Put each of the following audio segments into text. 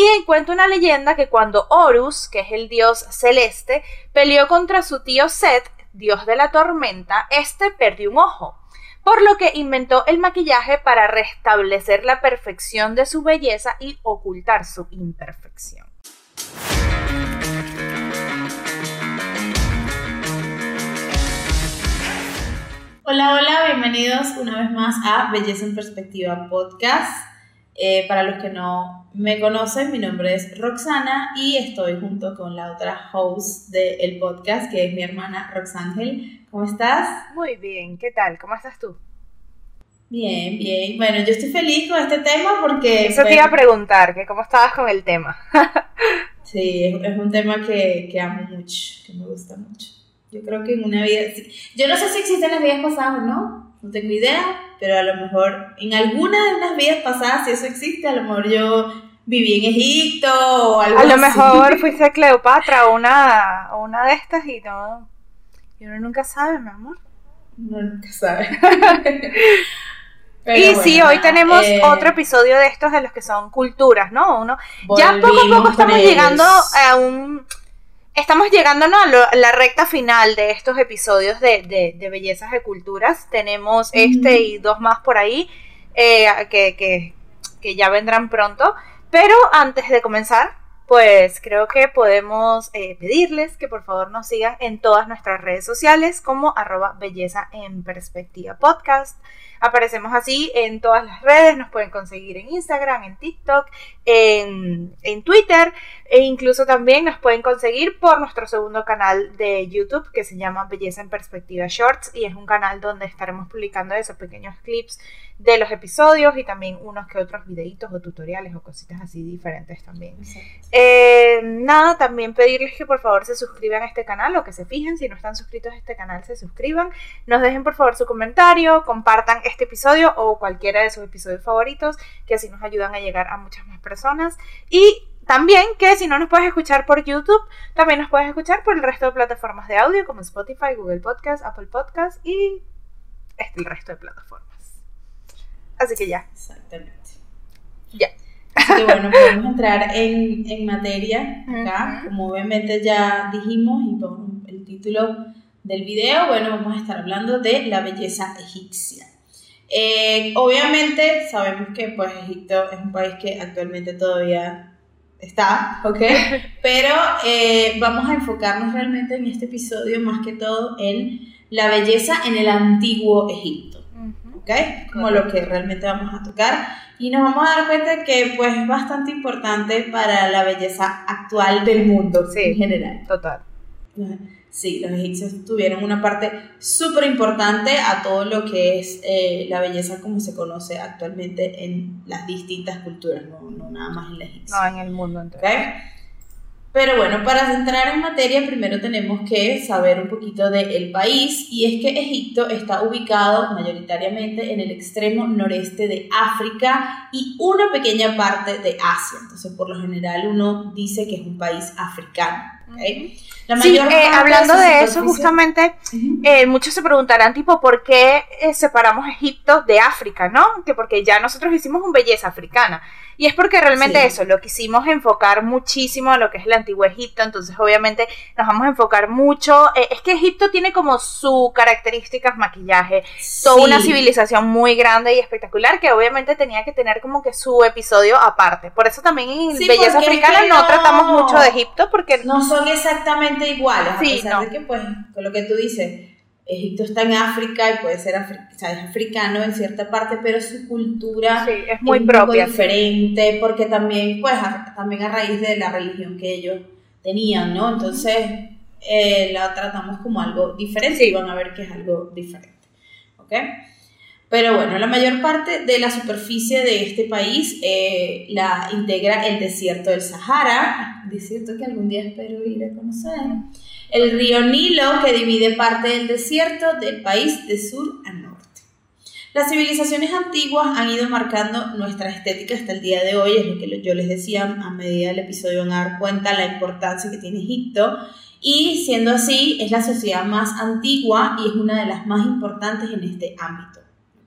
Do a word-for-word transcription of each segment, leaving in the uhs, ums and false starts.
Y cuenta una leyenda que cuando Horus, que es el dios celeste, peleó contra su tío Set, dios de la tormenta, este perdió un ojo, por lo que inventó el maquillaje para restablecer la perfección de su belleza y ocultar su imperfección. Hola, hola, bienvenidos una vez más a Belleza en Perspectiva Podcast. Eh, para los que no me conocen, mi nombre es Roxana y estoy junto con la otra host del podcast, que es mi hermana Roxángel. ¿Cómo estás? Muy bien, ¿qué tal? ¿Cómo estás tú? Bien, bien. Bueno, yo estoy feliz con este tema porque... Eso te iba a preguntar, que cómo estabas con el tema. Sí, es, es un tema que, que amo mucho, que me gusta mucho. Yo creo que en una vida... Yo no sé si existen las vidas pasadas o no, no tengo idea, pero a lo mejor en alguna de las vidas pasadas, si eso existe, a lo mejor yo viví en Egipto o algo así. A lo mejor fuiste Cleopatra o una, o una de estas y no... Y uno nunca sabe, mi amor. Uno nunca sabe. Pero y bueno, sí, hoy tenemos eh, otro episodio de estos de los que son culturas, ¿no? Uno, ya poco a poco estamos llegando a un... Estamos llegando, ¿no?, a, lo, a la recta final de estos episodios de, de, de Bellezas de Culturas. Tenemos este mm. y dos más por ahí eh, que, que, que ya vendrán pronto. Pero antes de comenzar, pues creo que podemos eh, pedirles que por favor nos sigan en todas nuestras redes sociales como arroba Belleza en Perspectiva Podcast. Aparecemos así en todas las redes, nos pueden conseguir en Instagram, en TikTok, en, en Twitter, e incluso también nos pueden conseguir por nuestro segundo canal de YouTube que se llama Belleza en Perspectiva Shorts, y es un canal donde estaremos publicando esos pequeños clips de los episodios y también unos que otros videitos o tutoriales o cositas así diferentes también. Eh, nada, también pedirles que por favor se suscriban a este canal o que se fijen, si no están suscritos a este canal, se suscriban, nos dejen por favor su comentario, compartan este episodio o cualquiera de sus episodios favoritos, que así nos ayudan a llegar a muchas más personas. Y también que si no nos puedes escuchar por YouTube, también nos puedes escuchar por el resto de plataformas de audio como Spotify, Google Podcast, Apple Podcast y este, el resto de plataformas. Así que ya. Exactamente. Ya. Así que bueno, podemos entrar en, en materia acá. Uh-huh. Como obviamente ya dijimos y por el título del video, bueno, vamos a estar hablando de la belleza egipcia. Eh, obviamente sabemos que pues Egipto es un país que actualmente todavía está, ¿ok? Pero eh, vamos a enfocarnos realmente en este episodio más que todo en la belleza en el antiguo Egipto, ¿ok? Como lo que realmente vamos a tocar, y nos vamos a dar cuenta que pues es bastante importante para la belleza actual del mundo, sí, en general. Total. Sí, los egipcios tuvieron una parte súper importante a todo lo que es eh, la belleza como se conoce actualmente en las distintas culturas, no, no nada más en la egipcia. No, en el mundo entero. ¿Okay? Pero bueno, para entrar en materia, primero tenemos que saber un poquito del país, y es que Egipto está ubicado mayoritariamente en el extremo noreste de África y una pequeña parte de Asia. Entonces, por lo general, uno dice que es un país africano. ¿Okay? La mayor sí, eh, hablando de, de eso, justamente, uh-huh. eh, muchos se preguntarán, tipo, ¿por qué eh, separamos Egipto de África, no? Que porque ya nosotros hicimos un belleza africana. Y es porque realmente sí. eso, lo quisimos enfocar muchísimo a lo que es el antiguo Egipto, entonces obviamente nos vamos a enfocar mucho. Eh, es que Egipto tiene como sus características, maquillaje, sí. toda una civilización muy grande y espectacular que obviamente tenía que tener como que su episodio aparte. Por eso también en sí, belleza africana no, no tratamos mucho de Egipto porque... No son exactamente iguales, sí, a pesar no. de que pues, con lo que tú dices... Egipto está en África y puede ser afri- o sea, es africano en cierta parte, pero su cultura sí, es muy es propia, muy diferente, porque también, pues, a, también a raíz de la religión que ellos tenían, ¿no? Entonces, eh, la tratamos como algo diferente sí. y van a ver que es algo diferente, ¿ok? Pero bueno, la mayor parte de la superficie de este país eh, la integra el desierto del Sahara, desierto que algún día espero ir a conocer. El río Nilo, que divide parte del desierto del país de sur a norte. Las civilizaciones antiguas han ido marcando nuestra estética hasta el día de hoy, es lo que yo les decía, a medida del episodio van a dar cuenta la importancia que tiene Egipto, y siendo así, es la sociedad más antigua y es una de las más importantes en este ámbito. ¿Ok?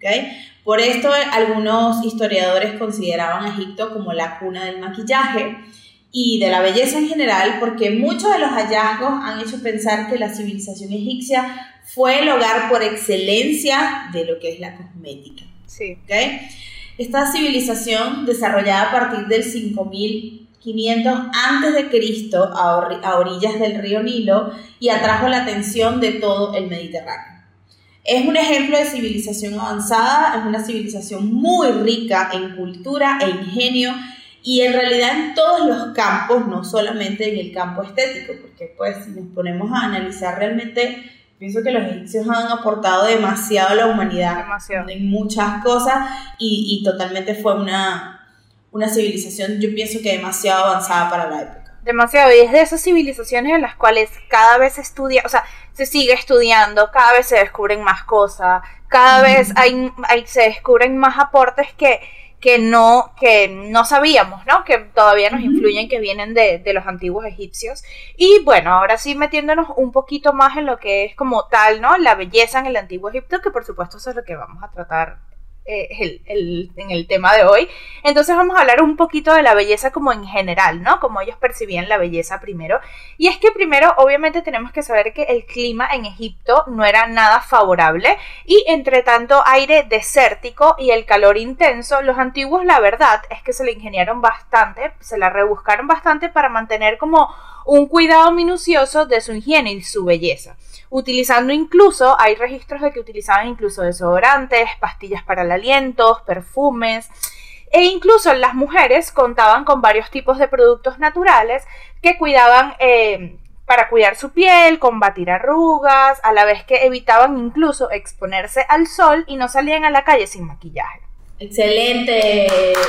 ¿okay? Por esto, algunos historiadores consideraban a Egipto como la cuna del maquillaje y de la belleza en general, porque muchos de los hallazgos han hecho pensar que la civilización egipcia fue el hogar por excelencia de lo que es la cosmética. Sí. ¿Okay? Esta civilización, desarrollada a partir del cinco mil quinientos antes de Cristo a, or- a orillas del río Nilo, y atrajo la atención de todo el Mediterráneo. Es un ejemplo de civilización avanzada, es una civilización muy rica en cultura e ingenio, y en realidad en todos los campos, no solamente en el campo estético, porque pues si nos ponemos a analizar realmente, pienso que los egipcios han aportado demasiado a la humanidad, demasiado. En muchas cosas, y, y totalmente fue una, una civilización, yo pienso que demasiado avanzada para la época. Demasiado, y es de esas civilizaciones en las cuales cada vez se estudia, o sea, se sigue estudiando, cada vez se descubren más cosas, cada mm. vez hay, hay, se descubren más aportes que, que, no, que no sabíamos, ¿no? Que todavía nos mm. influyen, que vienen de, de los antiguos egipcios. Y bueno, ahora sí metiéndonos un poquito más en lo que es como tal, ¿no? La belleza en el antiguo Egipto, que por supuesto eso es lo que vamos a tratar Eh, el, el, en el tema de hoy. Entonces vamos a hablar un poquito de la belleza como en general, ¿no? Como ellos percibían la belleza primero. Y es que primero, obviamente, tenemos que saber que el clima en Egipto no era nada favorable, y entre tanto aire desértico y el calor intenso, los antiguos, la verdad, es que se la ingeniaron bastante, se la rebuscaron bastante para mantener como un cuidado minucioso de su higiene y su belleza, utilizando incluso, hay registros de que utilizaban incluso desodorantes, pastillas para el aliento, perfumes, e incluso las mujeres contaban con varios tipos de productos naturales que cuidaban eh, para cuidar su piel, combatir arrugas, a la vez que evitaban incluso exponerse al sol y no salían a la calle sin maquillaje. ¡Excelente!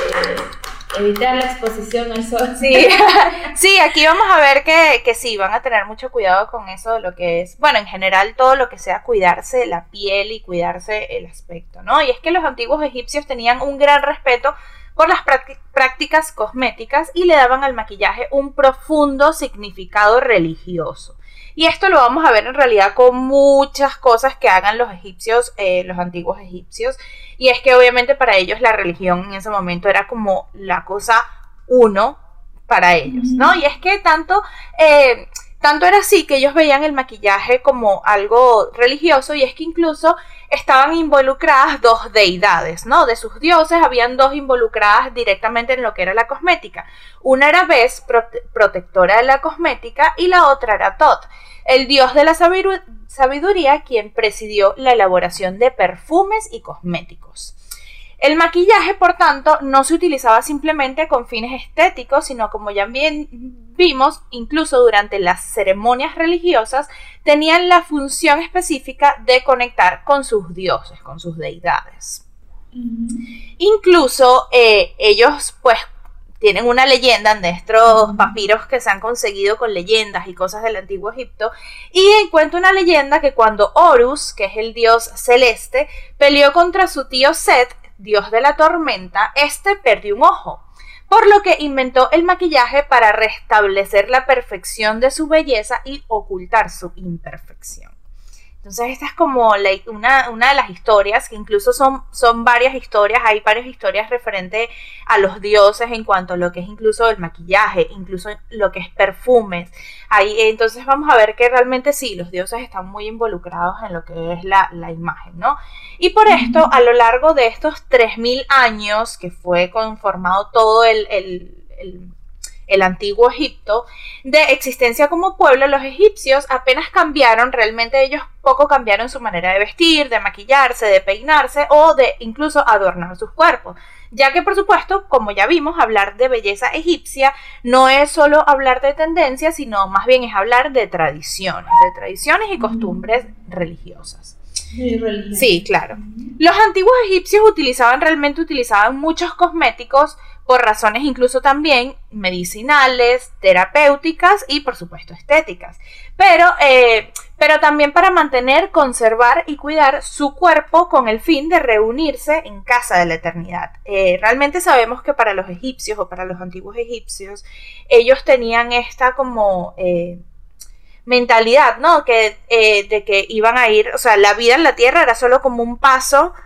Evitar la exposición al sol. Sí, sí, aquí vamos a ver que, que sí, van a tener mucho cuidado con eso de lo que es, bueno, en general todo lo que sea cuidarse la piel y cuidarse el aspecto, ¿no? Y es que los antiguos egipcios tenían un gran respeto por las prácticas cosméticas y le daban al maquillaje un profundo significado religioso. Y esto lo vamos a ver en realidad con muchas cosas que hagan los egipcios, eh, los antiguos egipcios. Y es que obviamente para ellos la religión en ese momento era como la cosa uno para ellos, ¿no? Y es que tanto, eh, tanto era así que ellos veían el maquillaje como algo religioso, y es que incluso estaban involucradas dos deidades, ¿no? De sus dioses habían dos involucradas directamente en lo que era la cosmética. Una era Bes, prote- protectora de la cosmética, y la otra era Tot, el dios de la sabidu- sabiduría, quien presidió la elaboración de perfumes y cosméticos. El maquillaje, por tanto, no se utilizaba simplemente con fines estéticos, sino, como ya bien vimos, incluso durante las ceremonias religiosas, tenían la función específica de conectar con sus dioses, con sus deidades. Uh-huh. Incluso eh, ellos, pues, tienen una leyenda de estos papiros que se han conseguido con leyendas y cosas del antiguo Egipto, y encuentra una leyenda que cuando Horus, que es el dios celeste, peleó contra su tío Set, dios de la tormenta, este perdió un ojo, por lo que inventó el maquillaje para restablecer la perfección de su belleza y ocultar su imperfección. Entonces esta es como la, una, una de las historias, que incluso son, son varias historias, hay varias historias referentes a los dioses en cuanto a lo que es incluso el maquillaje, incluso lo que es perfumes. Ahí, entonces vamos a ver que realmente sí, los dioses están muy involucrados en lo que es la, la imagen, ¿no? Y por esto, a lo largo de estos tres mil años que fue conformado todo el... el, el el antiguo Egipto, de existencia como pueblo, los egipcios apenas cambiaron, realmente ellos poco cambiaron su manera de vestir, de maquillarse, de peinarse o de incluso adornar sus cuerpos, ya que por supuesto, como ya vimos, hablar de belleza egipcia no es solo hablar de tendencias, sino más bien es hablar de tradiciones, de tradiciones y costumbres religiosas. Sí, religión. Sí, claro. Los antiguos egipcios utilizaban, realmente utilizaban muchos cosméticos por razones incluso también medicinales, terapéuticas y por supuesto estéticas, pero, eh, pero también para mantener, conservar y cuidar su cuerpo con el fin de reunirse en casa de la eternidad. Eh, realmente sabemos que para los egipcios o para los antiguos egipcios, ellos tenían esta como... Eh, mentalidad, ¿no? Que, eh, de que iban a ir, o sea, la vida en la tierra era solo como un paso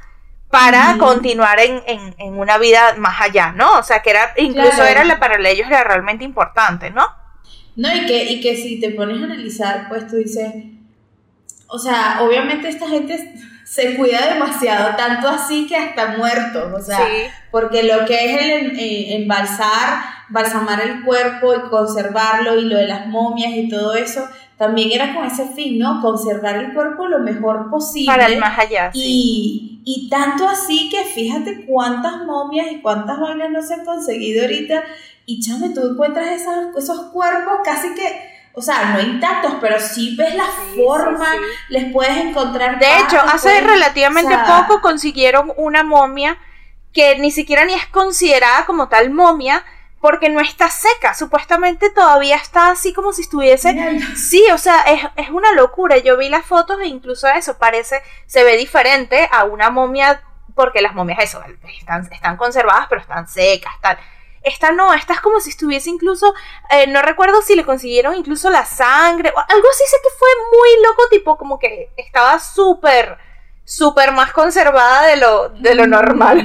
para uh-huh. continuar en, en, en una vida más allá, ¿no? O sea, que era, incluso claro. era la, para ellos era realmente importante, ¿no? No, y que, y que si te pones a analizar, pues tú dices, o sea, obviamente esta gente se cuida demasiado, tanto así que hasta muertos, o sea, sí. porque lo que es el eh, embalsar, balsamar el cuerpo y conservarlo y lo de las momias y todo eso, también era con ese fin, ¿no? Conservar el cuerpo lo mejor posible. Para el más allá, sí. Y, y tanto así que fíjate cuántas momias y cuántas vainas no se han conseguido ahorita, y chame, tú encuentras esas, esos cuerpos casi que, o sea, no intactos, pero sí ves la sí, forma, sí, sí. les puedes encontrar. De partes, hecho, hace puedes, relativamente o sea, poco consiguieron una momia que ni siquiera ni es considerada como tal momia, porque no está seca, supuestamente todavía está así como si estuviese, Bien. sí, o sea, es, es una locura. Yo vi las fotos e incluso eso parece, se ve diferente a una momia, porque las momias eso, están, están conservadas pero están secas, tal. Esta no, esta es como si estuviese incluso, eh, no recuerdo si le consiguieron incluso la sangre, o algo así, sé que fue muy loco, tipo como que estaba súper, súper más conservada de lo, de lo normal.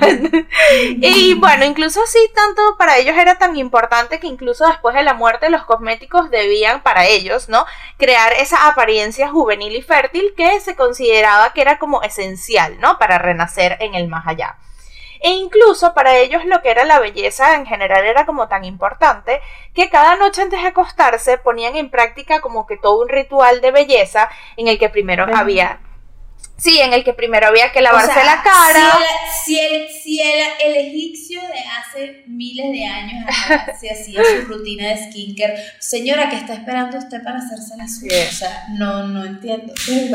Y bueno, incluso así, tanto para ellos era tan importante que incluso después de la muerte los cosméticos debían para ellos, ¿no? Crear esa apariencia juvenil y fértil que se consideraba que era como esencial, ¿no? Para renacer en el más allá. E incluso para ellos lo que era la belleza en general era como tan importante que cada noche antes de acostarse ponían en práctica como que todo un ritual de belleza en el que primero ¿Ven? había... Sí, en el que primero había que lavarse o sea, la cara. Si, el, si, el, si el, el egipcio de hace miles de años se hacía su rutina de skincare, señora, ¿qué está esperando usted para hacerse la suya? Yeah. O sea, no, no entiendo.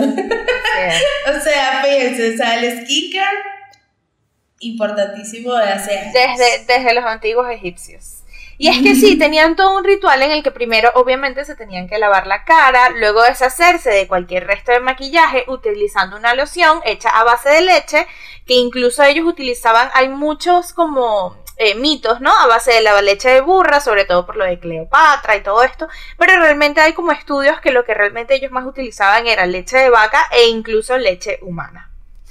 Yeah. O sea, fíjense, o sea, el skincare importantísimo de hace años. Desde, desde los antiguos egipcios. Y es que sí, tenían todo un ritual en el que primero obviamente se tenían que lavar la cara, luego deshacerse de cualquier resto de maquillaje utilizando una loción hecha a base de leche, que incluso ellos utilizaban, hay muchos como eh, mitos, ¿no? A base de la leche de burra, sobre todo por lo de Cleopatra y todo esto, pero realmente hay como estudios que lo que realmente ellos más utilizaban era leche de vaca e incluso leche humana.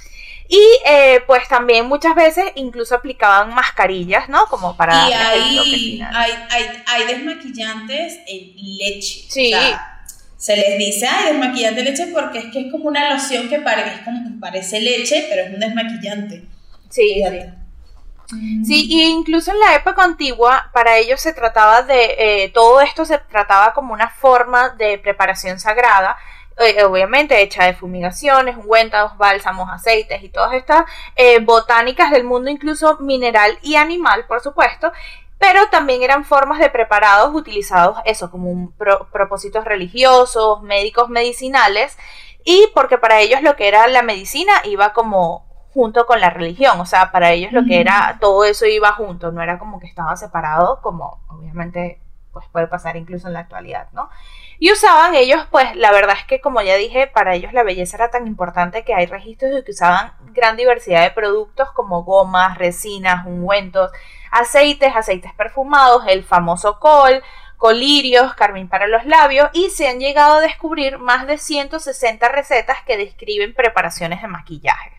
Y eh, pues también muchas veces incluso aplicaban mascarillas, ¿no? Como para... Y hay, hay, hay, hay desmaquillantes en leche. Sí. O sea, se les dice, ay, desmaquillante de leche porque es que es como una loción que parece, es como, parece leche, pero es un desmaquillante. Sí, Fíjate. sí. Sí, y incluso en la época antigua, para ellos se trataba de... Eh, todo esto se trataba como una forma de preparación sagrada, obviamente hecha de fumigaciones, ungüentos, bálsamos, aceites y todas estas eh, botánicas del mundo, incluso mineral y animal, por supuesto, pero también eran formas de preparados utilizados, eso, como un pro, propósitos religiosos, médicos, medicinales, y porque para ellos lo que era la medicina iba como junto con la religión, o sea, para ellos lo que era, todo eso iba junto, no era como que estaba separado, como obviamente pues puede pasar incluso en la actualidad, ¿no? Y usaban ellos, pues la verdad es que como ya dije, para ellos la belleza era tan importante que hay registros de que usaban gran diversidad de productos como gomas, resinas, ungüentos, aceites, aceites perfumados, el famoso col, colirios, carmín para los labios, y se han llegado a descubrir más de ciento sesenta recetas que describen preparaciones de maquillaje.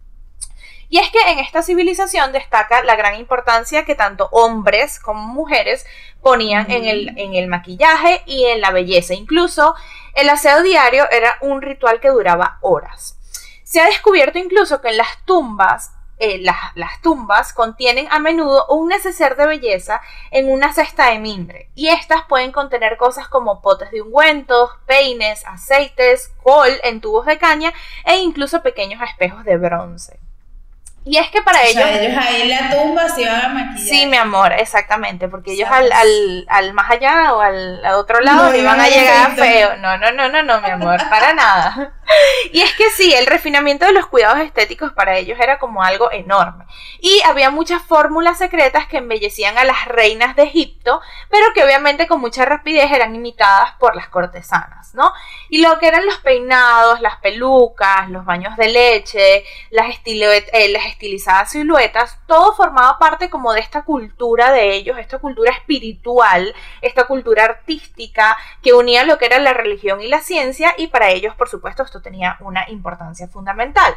Y es que en esta civilización destaca la gran importancia que tanto hombres como mujeres ponían mm. en, el, en el maquillaje y en la belleza. Incluso el aseo diario era un ritual que duraba horas. Se ha descubierto incluso que en las tumbas, eh, las, las tumbas contienen a menudo un neceser de belleza en una cesta de mimbre. Y estas pueden contener cosas como potes de ungüentos, peines, aceites, col en tubos de caña e incluso pequeños espejos de bronce. Y es que para o ellos... sea, ellos ahí en la tumba se iban a maquillar. Sí, mi amor, exactamente, porque ellos al, al, al más allá o al, al otro lado no iban a llegar feo. No, no, no, no, no, mi amor, para nada. Y es que sí, el refinamiento de los cuidados estéticos para ellos era como algo enorme. Y había muchas fórmulas secretas que embellecían a las reinas de Egipto, pero que obviamente con mucha rapidez eran imitadas por las cortesanas, ¿no? Y lo que eran los peinados, las pelucas, los baños de leche, las, estilo, eh, las estilizadas siluetas, todo formaba parte como de esta cultura de ellos, esta cultura espiritual, esta cultura artística que unía lo que era la religión y la ciencia, y para ellos, por supuesto, esto esto tenía una importancia fundamental.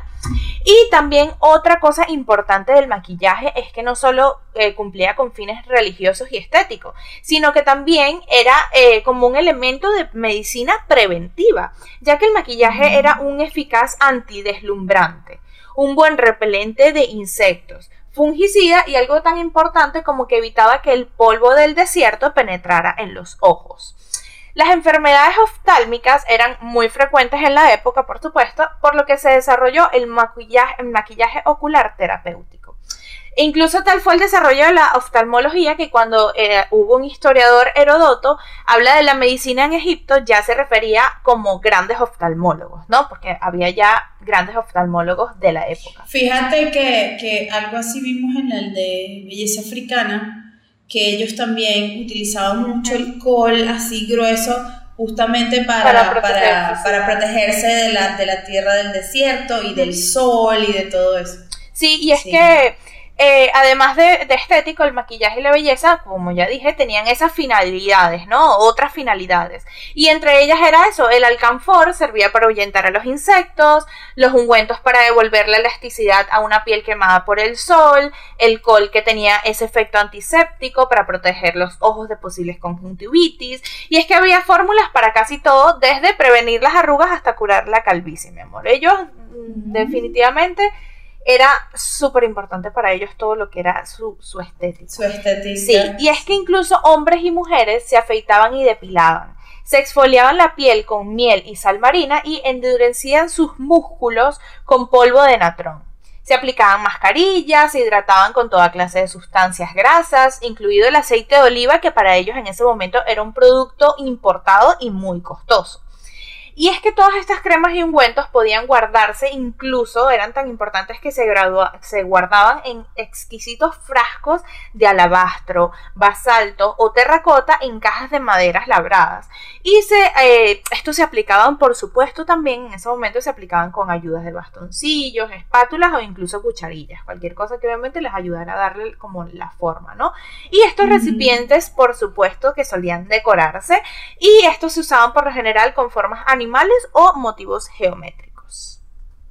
Y también otra cosa importante del maquillaje es que no solo eh, cumplía con fines religiosos y estéticos, sino que también era eh, como un elemento de medicina preventiva, ya que el maquillaje era un eficaz antideslumbrante, un buen repelente de insectos, fungicida y algo tan importante como que evitaba que el polvo del desierto penetrara en los ojos. Las enfermedades oftálmicas eran muy frecuentes en la época, por supuesto, por lo que se desarrolló el maquillaje, el maquillaje ocular terapéutico. E incluso tal fue el desarrollo de la oftalmología que cuando eh, hubo un historiador, Heródoto, habla de la medicina en Egipto, ya se refería como grandes oftalmólogos, ¿no? Porque había ya grandes oftalmólogos de la época. Fíjate que, que algo así vimos en el de belleza africana, que ellos también utilizaban mucho el col así grueso justamente para, para, protegerse, para, para protegerse de la, de la tierra del desierto y del sol y de todo eso. Sí, y es sí. que eh, además de, de estético, el maquillaje y la belleza, como ya dije, tenían esas finalidades, ¿no? Otras finalidades. Y entre ellas era eso, el alcanfor servía para ahuyentar a los insectos, los ungüentos para devolver la elasticidad a una piel quemada por el sol, el col que tenía ese efecto antiséptico para proteger los ojos de posibles conjuntivitis. Y es que había fórmulas para casi todo, desde prevenir las arrugas hasta curar la calvicie, mi amor. Ellos mm. definitivamente... era súper importante para ellos todo lo que era su, su estética. Su estética. Sí, y es que incluso hombres y mujeres se afeitaban y depilaban. Se exfoliaban la piel con miel y sal marina y endurecían sus músculos con polvo de natrón. Se aplicaban mascarillas, se hidrataban con toda clase de sustancias grasas, incluido el aceite de oliva, que para ellos en ese momento era un producto importado y muy costoso. Y es que todas estas cremas y ungüentos podían guardarse, incluso eran tan importantes que se, gradua- se guardaban en exquisitos frascos de alabastro, basalto o terracota en cajas de maderas labradas. Y se, eh, estos se aplicaban, por supuesto, también en ese momento se aplicaban con ayudas de bastoncillos, espátulas o incluso cucharillas, cualquier cosa que obviamente les ayudara a darle como la forma, ¿no? Y estos mm-hmm. recipientes, por supuesto, que solían decorarse y estos se usaban por lo general con formas animales animales o motivos geométricos.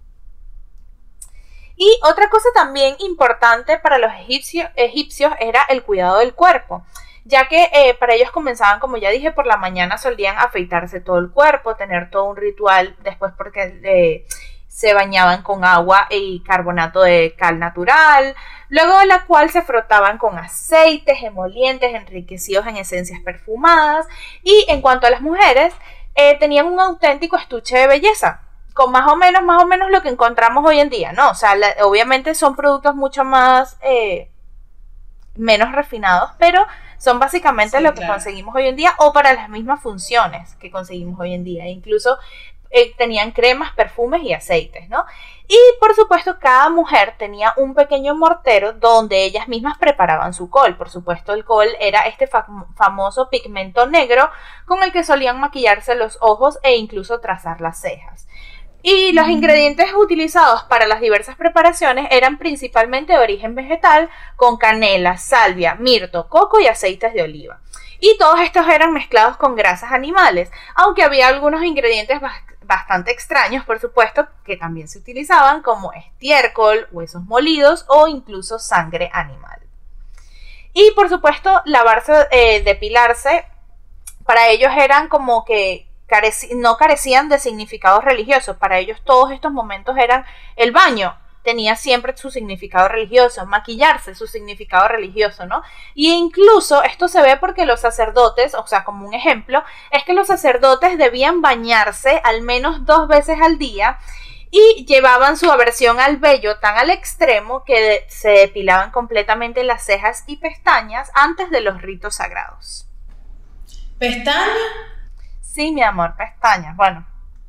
Y otra cosa también importante para los egipcios, egipcios era el cuidado del cuerpo, ya que eh, para ellos comenzaban, como ya dije, por la mañana solían afeitarse todo el cuerpo, tener todo un ritual después porque eh, se bañaban con agua y carbonato de cal natural, luego de la cual se frotaban con aceites, emolientes enriquecidos en esencias perfumadas. Y en cuanto a las mujeres, Eh, tenían un auténtico estuche de belleza, con más o menos, más o menos lo que encontramos hoy en día, ¿no? O sea, la, obviamente son productos mucho más, eh, menos refinados, pero son básicamente sí, lo que claro. conseguimos hoy en día, o para las mismas funciones que conseguimos hoy en día. Incluso eh, tenían cremas, perfumes y aceites, ¿no? Y por supuesto cada mujer tenía un pequeño mortero donde ellas mismas preparaban su col. Por supuesto el col era este fam- famoso pigmento negro con el que solían maquillarse los ojos e incluso trazar las cejas. Y los ingredientes utilizados para las diversas preparaciones eran principalmente de origen vegetal, con canela, salvia, mirto, coco y aceites de oliva. Y todos estos eran mezclados con grasas animales, aunque había algunos ingredientes bastante extraños, por supuesto, que también se utilizaban, como estiércol, huesos molidos o incluso sangre animal. Y por supuesto, lavarse, eh, depilarse, para ellos eran como que careci- no carecían de significados religiosos. Para ellos todos estos momentos eran el baño. Tenía siempre su significado religioso, maquillarse, su significado religioso, ¿no? Y incluso esto se ve porque los sacerdotes, o sea, como un ejemplo, es que los sacerdotes debían bañarse al menos dos veces al día y llevaban su aversión al vello tan al extremo que se depilaban completamente las cejas y pestañas antes de los ritos sagrados. ¿Pestañas? Sí, mi amor, pestañas. Bueno,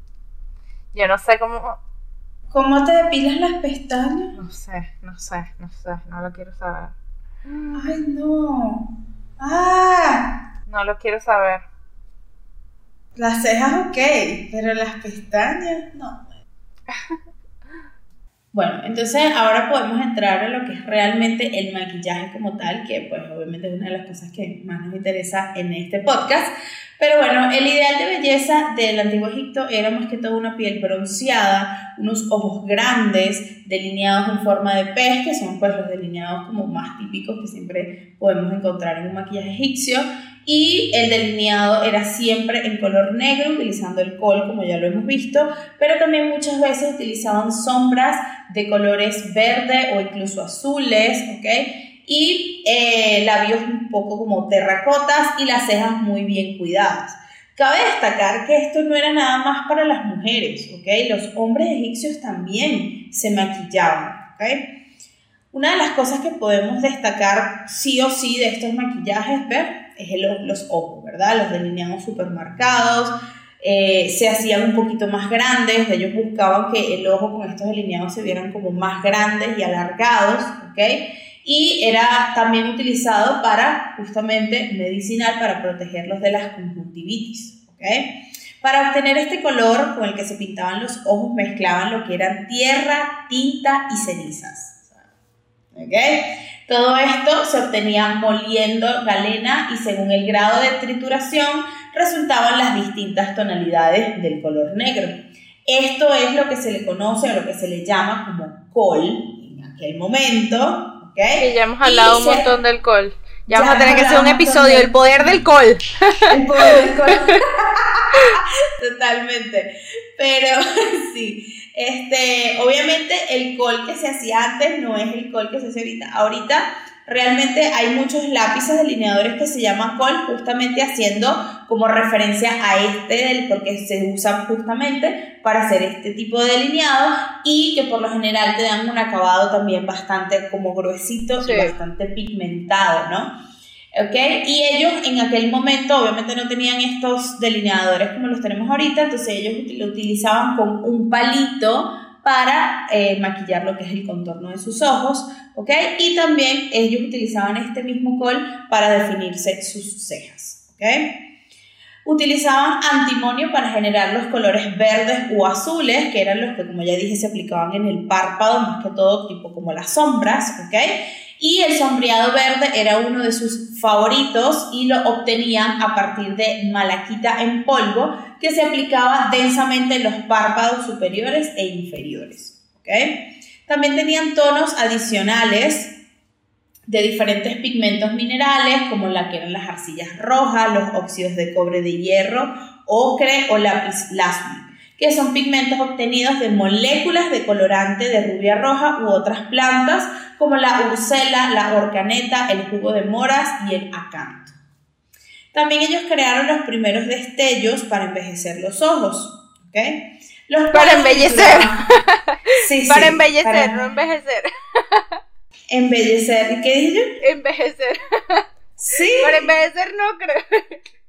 yo no sé cómo... ¿Cómo te depilas las pestañas? No sé, no sé, no sé, no lo quiero saber. Ay, no. ¡Ah! No lo quiero saber. Las cejas, ok, pero las pestañas, no. Bueno, entonces ahora podemos entrar a lo que es realmente el maquillaje como tal, que pues obviamente es una de las cosas que más nos interesa en este podcast. Pero bueno, el ideal de belleza del antiguo Egipto era más que todo una piel bronceada, unos ojos grandes, delineados en forma de pez, que son pues los delineados como más típicos que siempre podemos encontrar en un maquillaje egipcio. Y el delineado era siempre en color negro, utilizando el kohl, como ya lo hemos visto, pero también muchas veces utilizaban sombras de colores verde o incluso azules, ¿ok? Y eh, labios un poco como terracotas y las cejas muy bien cuidadas. Cabe destacar que esto no era nada más para las mujeres, ¿ok? Los hombres egipcios también se maquillaban, ¿ok? Una de las cosas que podemos destacar sí o sí de estos maquillajes, ¿ver? Es el, los ojos, ¿verdad? Los delineados súper marcados, eh, se hacían un poquito más grandes, ellos buscaban que el ojo con estos delineados se vieran como más grandes y alargados, ¿ok? Y era también utilizado para, justamente, medicinal, para protegerlos de las conjuntivitis, ¿ok? Para obtener este color con el que se pintaban los ojos, mezclaban lo que eran tierra, tinta y cenizas, ¿ok? Todo esto se obtenía moliendo galena y según el grado de trituración resultaban las distintas tonalidades del color negro. Esto es lo que se le conoce o lo que se le llama como kohl en aquel momento, ¿ok? Y ya hemos hablado un montón del kohl. Ya, ya vamos a tener que hacer un episodio, del... el poder del kohl. El poder del kohl. Totalmente. Pero sí. Este, obviamente el kohl que se hacía antes no es el kohl que se hace ahorita. Ahorita realmente hay muchos lápices delineadores que se llaman kohl, justamente haciendo como referencia a este, del, porque se usa justamente para hacer este tipo de delineado y que por lo general te dan un acabado también bastante como gruesito, sí, y bastante pigmentado, ¿no? ¿Okay? Y ellos en aquel momento obviamente no tenían estos delineadores como los tenemos ahorita, entonces ellos lo utilizaban con un palito para eh, maquillar lo que es el contorno de sus ojos, ¿ok? Y también ellos utilizaban este mismo kohl para definirse sus cejas, ¿ok? Utilizaban antimonio para generar los colores verdes o azules, que eran los que, como ya dije, se aplicaban en el párpado, más que todo tipo como las sombras, ¿ok? Y el sombreado verde era uno de sus favoritos y lo obtenían a partir de malaquita en polvo que se aplicaba densamente en los párpados superiores e inferiores, ¿ok? También tenían tonos adicionales de diferentes pigmentos minerales como la que eran las arcillas rojas, los óxidos de cobre de hierro, ocre o lapislázuli, que son pigmentos obtenidos de moléculas de colorante de rubia roja u otras plantas como la ursela, la orcaneta, el jugo de moras y el acanto. También ellos crearon los primeros destellos para envejecer los ojos, ¿ok? Los para embellecer. Sí, para sí, embellecer, para... no envejecer. Embellecer, ¿qué dije yo? Envejecer. Sí. Para envejecer no creo.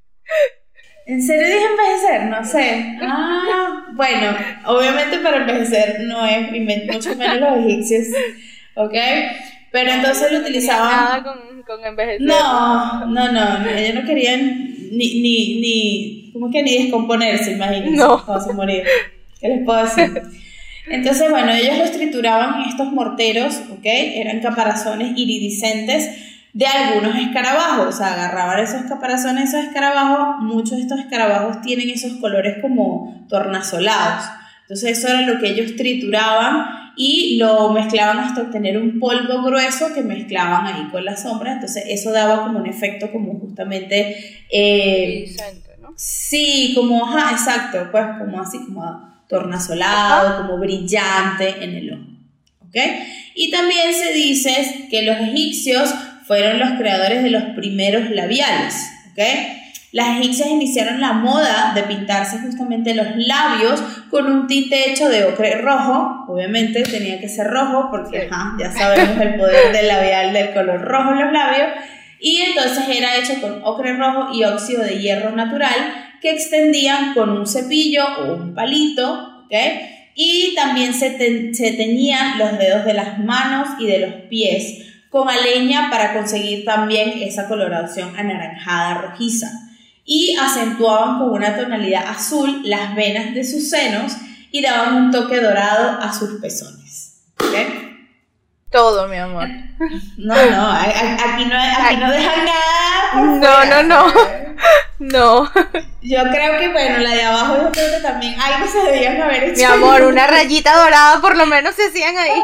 ¿En serio dije envejecer? No sé. Ah, bueno, obviamente para envejecer no es, mucho menos los egipcios, ¿ok? Pero entonces lo utilizaban... Nada con, con envejecer. No, no, no, ellos no querían ni, ni, ni, ¿cómo es que ni descomponerse, imagínense, no. Cuando se morir. ¿Qué les puedo decir? Entonces, bueno, ellos los trituraban en estos morteros, ¿ok? Eran caparazones iridiscentes de algunos escarabajos, o sea, agarraban esos caparazones, esos escarabajos, muchos de estos escarabajos tienen esos colores como tornasolados, entonces eso era lo que ellos trituraban y lo mezclaban hasta obtener un polvo grueso que mezclaban ahí con la sombra, entonces eso daba como un efecto como justamente... Eh, ¿no? Sí, como, ajá, exacto, pues como así, como tornasolado, ajá, como brillante en el ojo, ¿ok? Y también se dice que los egipcios fueron los creadores de los primeros labiales, ¿ok? Las egipcias iniciaron la moda de pintarse justamente los labios con un tinte hecho de ocre rojo, obviamente tenía que ser rojo porque, sí, ajá, ya sabemos el poder del labial del color rojo en los labios, y entonces era hecho con ocre rojo y óxido de hierro natural que extendían con un cepillo o un palito, ¿ok? Y también se, te, se teñían los dedos de las manos y de los pies con aleña para conseguir también esa coloración anaranjada rojiza y acentuaban con una tonalidad azul las venas de sus senos y daban un toque dorado a sus pezones, ¿ok? Todo, mi amor. No, no, aquí no, aquí no dejan nada. No, no, no. No. Yo creo que, bueno, la de abajo yo creo que también algo se debían haber hecho. Mi amor, una rayita dorada por lo menos se hacían ahí.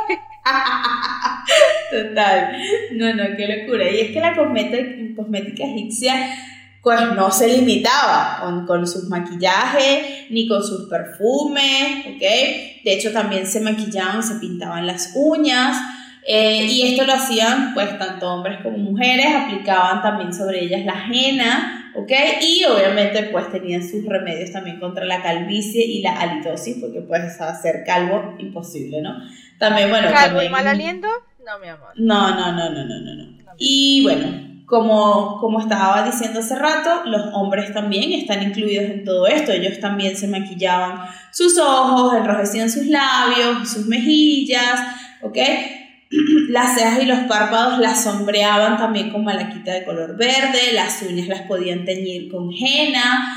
Total. No, no, qué locura. Y es que la cosmética, cosmética egipcia pues no se limitaba con, con sus maquillajes ni con sus perfumes, ¿ok? De hecho también se maquillaban, se pintaban las uñas. Eh, y esto lo hacían pues tanto hombres como mujeres, aplicaban también sobre ellas la henna, ¿ok? Y obviamente pues tenían sus remedios también contra la calvicie y la halitosis, porque pues hacer calvo imposible, ¿no? También, bueno, ¿Calvo también, y mal aliento? No, mi amor. No, no, no, no, no, no, no. Y bueno, como, como estaba diciendo hace rato, los hombres también están incluidos en todo esto. Ellos también se maquillaban sus ojos, enrojecían sus labios, sus mejillas, ¿ok? Las cejas y los párpados las sombreaban también con malaquita de color verde, las uñas las podían teñir con henna,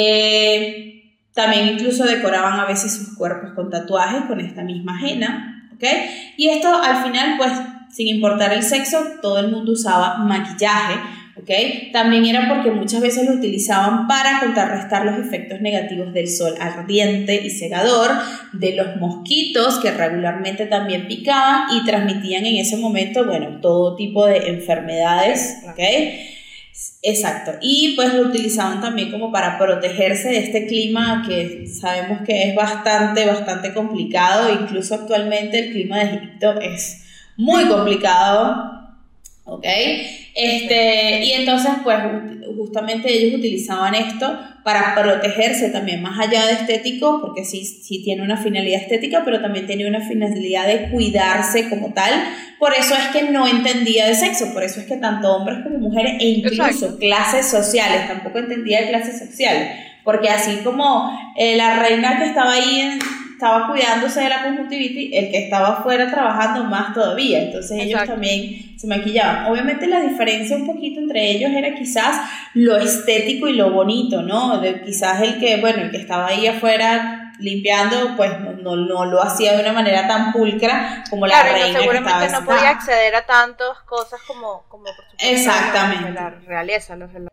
eh, también incluso decoraban a veces sus cuerpos con tatuajes con esta misma henna, ¿ok? Y esto al final, pues, sin importar el sexo, todo el mundo usaba maquillaje, ¿ok? También era porque muchas veces lo utilizaban para contrarrestar los efectos negativos del sol ardiente y cegador, de los mosquitos que regularmente también picaban y transmitían en ese momento, bueno, todo tipo de enfermedades, ¿ok? Exacto. Y pues lo utilizaban también como para protegerse de este clima que sabemos que es bastante, bastante complicado. Incluso actualmente el clima de Egipto es muy complicado, ¿ok? Este, y entonces pues justamente ellos utilizaban esto para protegerse también, más allá de estético, porque sí, sí tiene una finalidad estética, pero también tiene una finalidad de cuidarse como tal. Por eso es que no entendía de sexo, por eso es que tanto hombres como mujeres e incluso Exacto. clases sociales, tampoco entendía de clases sociales, porque así como eh, la reina que estaba ahí en estaba cuidándose de la conjuntivitis, el que estaba afuera trabajando más todavía, entonces Exacto. ellos también se maquillaban. Obviamente la diferencia un poquito entre ellos era quizás lo estético y lo bonito, ¿no? De quizás el que, bueno, el que estaba ahí afuera limpiando, pues no, no, no lo hacía de una manera tan pulcra como la claro, reina no, seguramente que estaba no podía acceder a tantas cosas como, como por supuesto exactamente. Los de la realeza, los de la...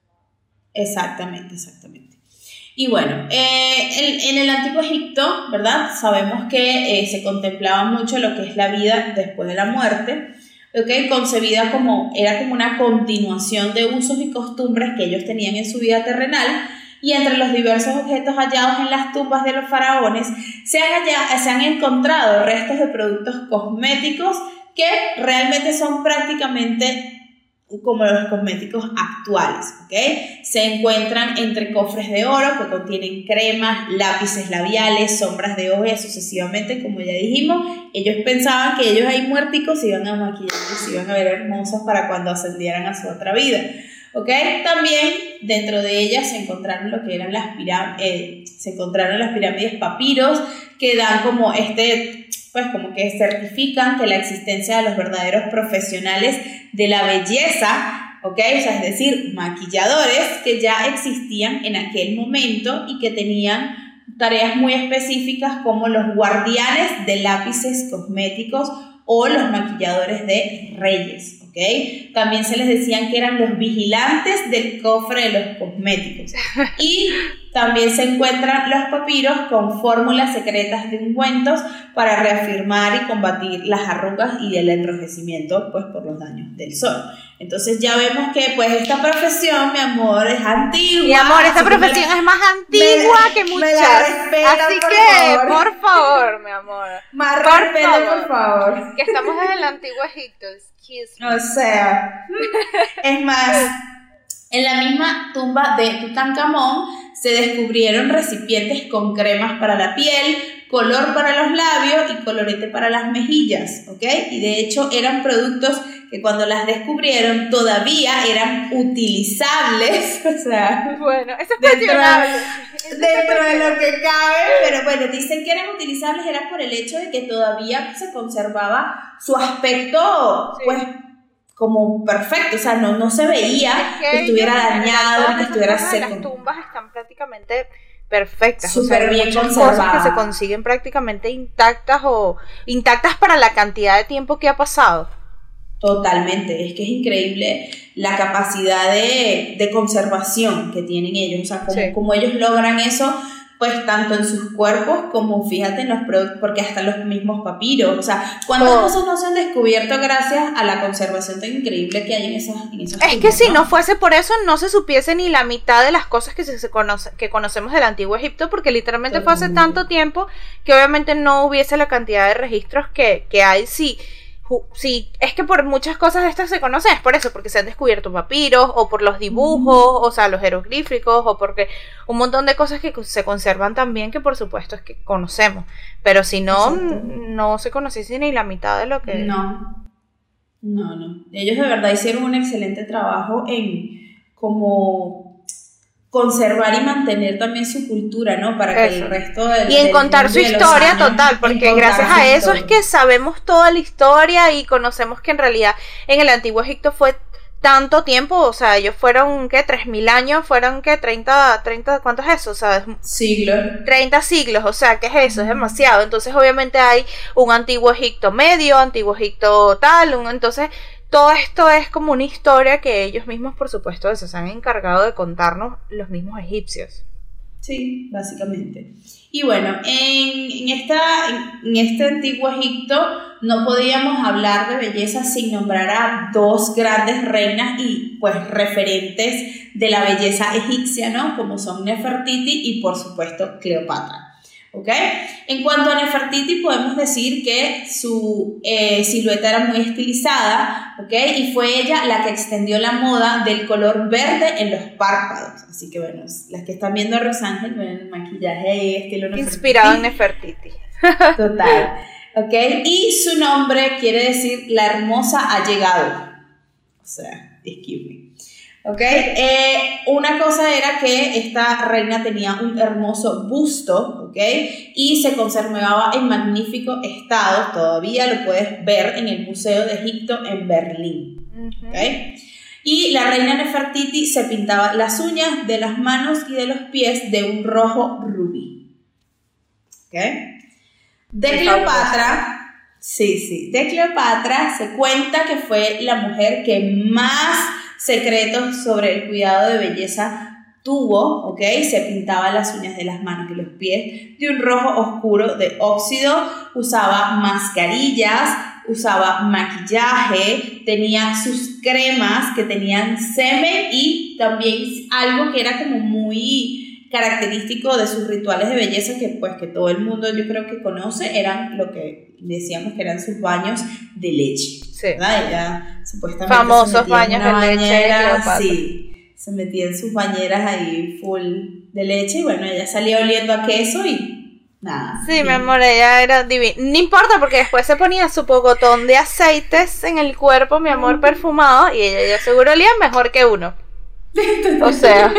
Exactamente, exactamente. Y bueno, eh, en, en el Antiguo Egipto, ¿verdad? Sabemos que eh, se contemplaba mucho lo que es la vida después de la muerte, ¿ok? Concebida como, era como una continuación de usos y costumbres que ellos tenían en su vida terrenal, y entre los diversos objetos hallados en las tumbas de los faraones se han, hallado, se han encontrado restos de productos cosméticos que realmente son prácticamente como los cosméticos actuales, ¿ok? Se encuentran entre cofres de oro que contienen cremas, lápices labiales, sombras de ojos y sucesivamente, como ya dijimos, ellos pensaban que ellos ahí muerticos se iban a maquillar y se iban a ver hermosos para cuando ascendieran a su otra vida, ¿ok? También dentro de ellas se encontraron lo que eran las pirámides, eh, se encontraron las pirámides papiros que dan como este... pues como que certifican que la existencia de los verdaderos profesionales de la belleza, ¿ok? O sea, es decir, maquilladores que ya existían en aquel momento y que tenían tareas muy específicas como los guardianes de lápices cosméticos o los maquilladores de reyes, ¿ok? También se les decían que eran los vigilantes del cofre de los cosméticos. Y también se encuentran los papiros con fórmulas secretas de ungüentos para reafirmar y combatir las arrugas y el enrojecimiento, pues, por los daños del sol. Entonces ya vemos que, pues, esta profesión, mi amor, es antigua. Mi amor, esta profesión la, es más antigua me, que muchas. Me la respeta, así por que, favor. por favor, mi amor. Más respeto, por favor. Que estamos en el antiguo Egipto. Excuse me. O sea, es más, en la misma tumba de Tutankamón se descubrieron recipientes con cremas para la piel, color para los labios y colorete para las mejillas, ¿ok? Y de hecho eran productos que cuando las descubrieron todavía eran utilizables, o sea, bueno, eso es dentro, dentro de lo que cabe, pero bueno, dicen que eran utilizables era por el hecho de que todavía se conservaba su aspecto, sí. pues, como perfecto, o sea, no, no se veía es que, que estuviera dañado, que estuviera seco. Las tumbas están prácticamente perfectas, súper o sea, bien muchas conservadas. cosas que se consiguen prácticamente intactas o intactas para la cantidad de tiempo que ha pasado. Totalmente, es que es increíble la capacidad de, de conservación que tienen ellos, o sea, como, Sí. como ellos logran eso, pues tanto en sus cuerpos como fíjate en los productos, porque hasta los mismos papiros, o sea, cuántas Oh. cosas no se han descubierto gracias a la conservación tan increíble que hay en esas en esos Es tumbas, que si ¿no? no fuese por eso, no se supiese ni la mitad de las cosas que se, se conoce, que conocemos del antiguo Egipto, porque literalmente fue Totalmente. hace tanto tiempo que obviamente no hubiese la cantidad de registros que, que hay. Sí, ju- sí, es que por muchas cosas de estas se conocen, es por eso, porque se han descubierto papiros, o por los dibujos, o sea, los jeroglíficos, o porque un montón de cosas que se conservan también, que por supuesto es que conocemos, pero si no, Exacto. no se conociese ni la mitad de lo que... No, no, no. Ellos de verdad hicieron un excelente trabajo en como conservar y mantener también su cultura, ¿no? Para que Eso. el resto del Y en del contar mundo su y de los historia años- total, en porque contar gracias su a eso es historia. que sabemos toda la historia y conocemos que en realidad en el antiguo Egipto fue tanto tiempo, o sea, ellos fueron, ¿qué? tres mil años, fueron, ¿qué? treinta, treinta, ¿cuánto es eso? O sea, es Siglos. treinta siglos, o sea, ¿qué es eso? Es demasiado. Entonces, obviamente hay un antiguo Egipto medio, antiguo Egipto tal, un, entonces todo esto es como una historia que ellos mismos, por supuesto, eso, se han encargado de contarnos los mismos egipcios. Sí, básicamente. Y bueno, en, en, esta, en, en este antiguo Egipto no podíamos hablar de belleza sin nombrar a dos grandes reinas y pues referentes de la belleza egipcia, ¿no? Como son Nefertiti y por supuesto Cleopatra. ¿Ok? En cuanto a Nefertiti podemos decir que su eh, silueta era muy estilizada, ¿ok? Y fue ella la que extendió la moda del color verde en los párpados. Así que bueno, las que están viendo a Rosángel, ven el maquillaje estilo Nefertiti. Inspirado en Nefertiti. Total, ¿ok? Y su nombre quiere decir la hermosa ha llegado. O sea, excuse me. ¿Ok? Eh, una cosa era que esta reina tenía un hermoso busto, ¿ok? Y se conservaba en magnífico estado, todavía lo puedes ver en el Museo de Egipto en Berlín, ¿ok? Y la reina Nefertiti se pintaba las uñas de las manos y de los pies de un rojo rubí, ¿ok? De Cleopatra, sí, sí, de Cleopatra se cuenta que fue la mujer que más secretos sobre el cuidado de belleza tuvo, ¿ok? Se pintaba las uñas de las manos y los pies de un rojo oscuro de óxido, usaba mascarillas, usaba maquillaje, tenía sus cremas que tenían semen y también algo que era como muy característico de sus rituales de belleza que pues que todo el mundo yo creo que conoce, eran lo que decíamos que eran sus baños de leche. Sí. ¿Verdad? Ella supuestamente famosos se metía baños en una de leche de bañera, Cleopatra. sí, se metía en sus bañeras ahí full de leche y bueno, ella salía oliendo a queso y nada. Sí, bien. mi amor, ella era divina. No importa porque después se ponía su pocotón de aceites en el cuerpo, mi amor, perfumado, y ella ya seguro olía mejor que uno. O sea,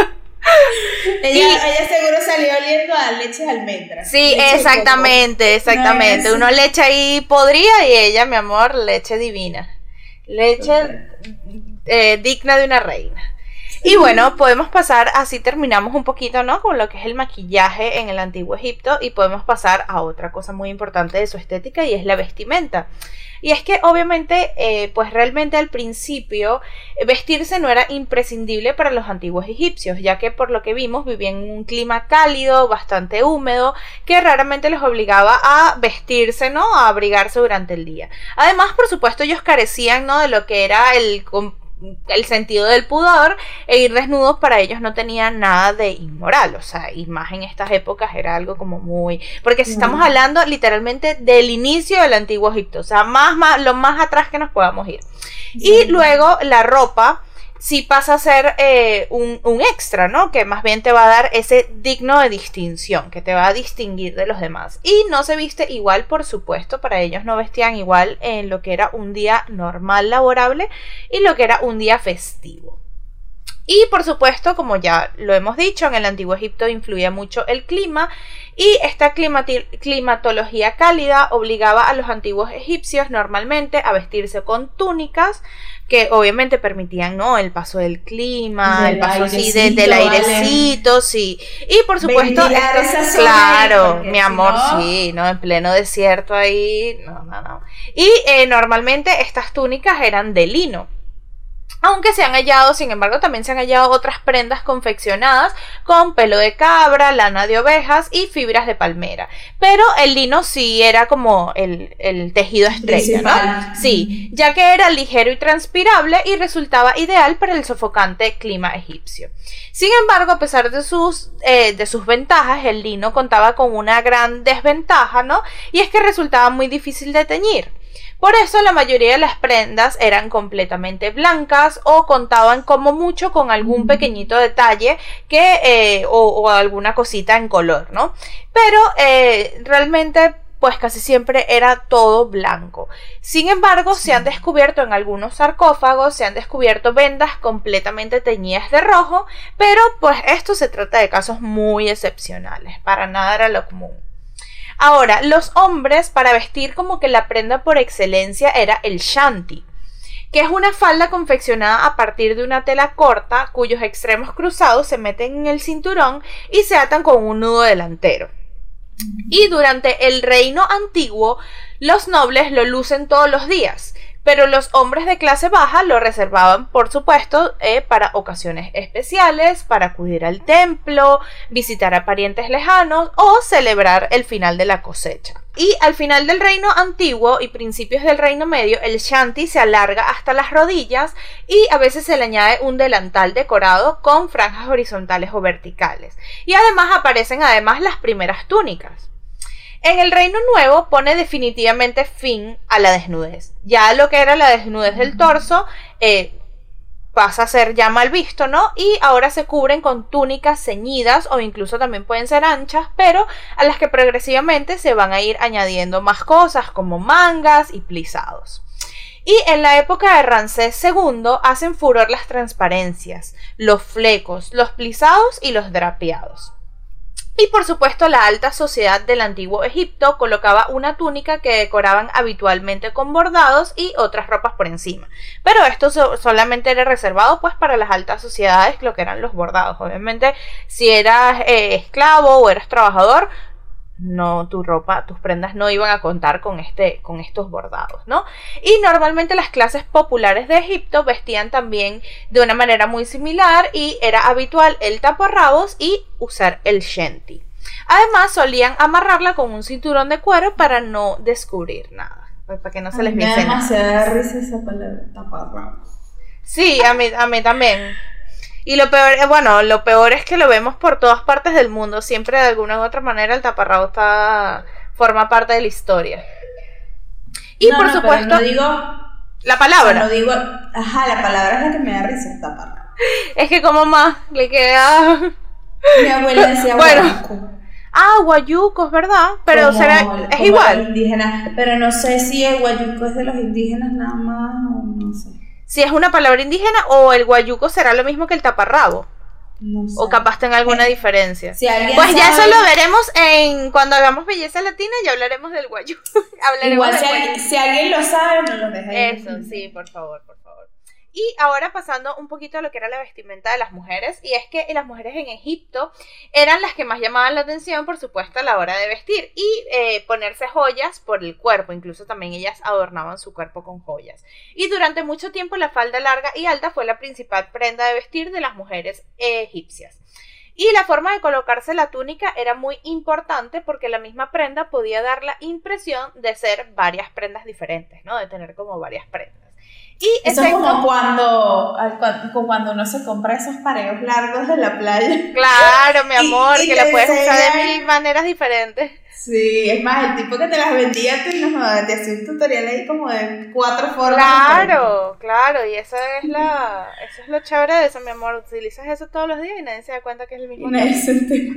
ella, y- ella seguro salió oliendo a leche de almendras. sí, leche de exactamente, exactamente. No es- Uno leche ahí podrida y ella, mi amor, leche divina. Leche Total. eh, digna de una reina. Y bueno, podemos pasar, así terminamos un poquito, ¿no? Con lo que es el maquillaje en el antiguo Egipto y podemos pasar a otra cosa muy importante de su estética y es la vestimenta. Y es que obviamente, eh, pues realmente al principio eh, vestirse no era imprescindible para los antiguos egipcios, ya que por lo que vimos vivían en un clima cálido, bastante húmedo, que raramente les obligaba a vestirse, ¿no? A abrigarse durante el día. Además, por supuesto, ellos carecían, ¿no? De lo que era el el sentido del pudor, e ir desnudos para ellos no tenía nada de inmoral, o sea, y más en estas épocas era algo como muy, porque si estamos hablando literalmente del inicio del antiguo Egipto, o sea, más, más lo más atrás que nos podamos ir. Sí. Y luego la ropa sí pasa a ser eh, un, un extra, ¿no? Que más bien te va a dar ese digno de distinción, que te va a distinguir de los demás. Y no se viste igual, por supuesto, para ellos no vestían igual en lo que era un día normal laborable y lo que era un día festivo. Y por supuesto, como ya lo hemos dicho, en el Antiguo Egipto influía mucho el clima y esta climati- climatología cálida obligaba a los antiguos egipcios normalmente a vestirse con túnicas que obviamente permitían, ¿no?, el paso del clima, del el paso así de, del airecito, vale. Sí. Y por supuesto, esto, claro, mi amor, si no... sí, ¿no? En pleno desierto ahí, no, no, no. Y eh, normalmente estas túnicas eran de lino. Aunque se han hallado, sin embargo, también se han hallado otras prendas confeccionadas con pelo de cabra, lana de ovejas y fibras de palmera. Pero el lino sí era como el, el tejido estrella, ¿no? Sí, ya que era ligero y transpirable y resultaba ideal para el sofocante clima egipcio. Sin embargo, a pesar de sus, eh, de sus ventajas, el lino contaba con una gran desventaja, ¿no? Y es que resultaba muy difícil de teñir. Por eso la mayoría de las prendas eran completamente blancas o contaban como mucho con algún pequeñito detalle que, eh, o, o alguna cosita en color, ¿no? Pero eh, realmente pues casi siempre era todo blanco. Sin embargo, se han descubierto en algunos sarcófagos, se han descubierto vendas completamente teñidas de rojo, pero pues esto se trata de casos muy excepcionales, para nada era lo común. Ahora, los hombres, para vestir como que la prenda por excelencia era el shanty, que es una falda confeccionada a partir de una tela corta cuyos extremos cruzados se meten en el cinturón y se atan con un nudo delantero. Y durante el reino antiguo, los nobles lo lucen todos los días, pero los hombres de clase baja lo reservaban, por supuesto, eh, para ocasiones especiales, para acudir al templo, visitar a parientes lejanos o celebrar el final de la cosecha. Y al final del reino antiguo y principios del reino medio, el shanty se alarga hasta las rodillas y a veces se le añade un delantal decorado con franjas horizontales o verticales. Y además aparecen además las primeras túnicas. En el Reino Nuevo pone definitivamente fin a la desnudez. Ya lo que era la desnudez del torso eh, pasa a ser ya mal visto, ¿no? Y ahora se cubren con túnicas ceñidas o incluso también pueden ser anchas, pero a las que progresivamente se van a ir añadiendo más cosas como mangas y plisados. Y en la época de Ramsés segundo hacen furor las transparencias, los flecos, los plisados y los drapeados. Y por supuesto la alta sociedad del antiguo Egipto colocaba una túnica que decoraban habitualmente con bordados y otras ropas por encima. Pero esto so- solamente era reservado pues para las altas sociedades, lo que eran los bordados. Obviamente si eras eh, esclavo o eras trabajador, no, tu ropa, tus prendas no iban a contar con este, con estos bordados, ¿no? Y normalmente las clases populares de Egipto vestían también de una manera muy similar y era habitual el taparrabos y usar el shanty. Además solían amarrarla con un cinturón de cuero para no descubrir nada, pues para que no se les viese nada. Me da risa esa palabra, taparrabos. Sí, a mí, a mí también. Y lo peor, bueno, lo peor es que lo vemos por todas partes del mundo. Siempre de alguna u otra manera el taparrabo está, forma parte de la historia. Y no, por no, supuesto, no digo la palabra. O sea, no digo, ajá, la palabra es la que me da risa, taparrabo. Es que como más le queda. Mi abuela decía bueno. Guayuco. Ah, guayuco, es verdad, pero como, será como es igual. Indígena, pero no sé si el guayuco es de los indígenas nada más o no sé. Si es una palabra indígena o el guayuco será lo mismo que el taparrabo. No sé. O capaz tenga alguna eh, diferencia. Si pues ya sabe, eso lo veremos en cuando hagamos belleza latina, ya hablaremos del guayuco. Hablaremos igual del si, guayuco. Alguien, si alguien lo sabe, nos lo deja ahí. Eso, sí, por favor, por favor. Y ahora pasando un poquito a lo que era la vestimenta de las mujeres, y es que las mujeres en Egipto eran las que más llamaban la atención, por supuesto, a la hora de vestir y eh, ponerse joyas por el cuerpo, incluso también ellas adornaban su cuerpo con joyas. Y durante mucho tiempo la falda larga y alta fue la principal prenda de vestir de las mujeres egipcias. Y la forma de colocarse la túnica era muy importante porque la misma prenda podía dar la impresión de ser varias prendas diferentes, ¿no? De tener como varias prendas. Y eso es como cuando, cuando uno se compra esos pareos largos de la playa. Claro, mi amor, y, y que la puedes usar de mil maneras diferentes. Sí, es más, el tipo que te las vendía te, no, te hacía un tutorial ahí como de cuatro formas. Claro, claro, y eso es la, eso es lo chévere de eso, mi amor. Utilizas eso todos los días y nadie se da cuenta que es el mismo. Nadie se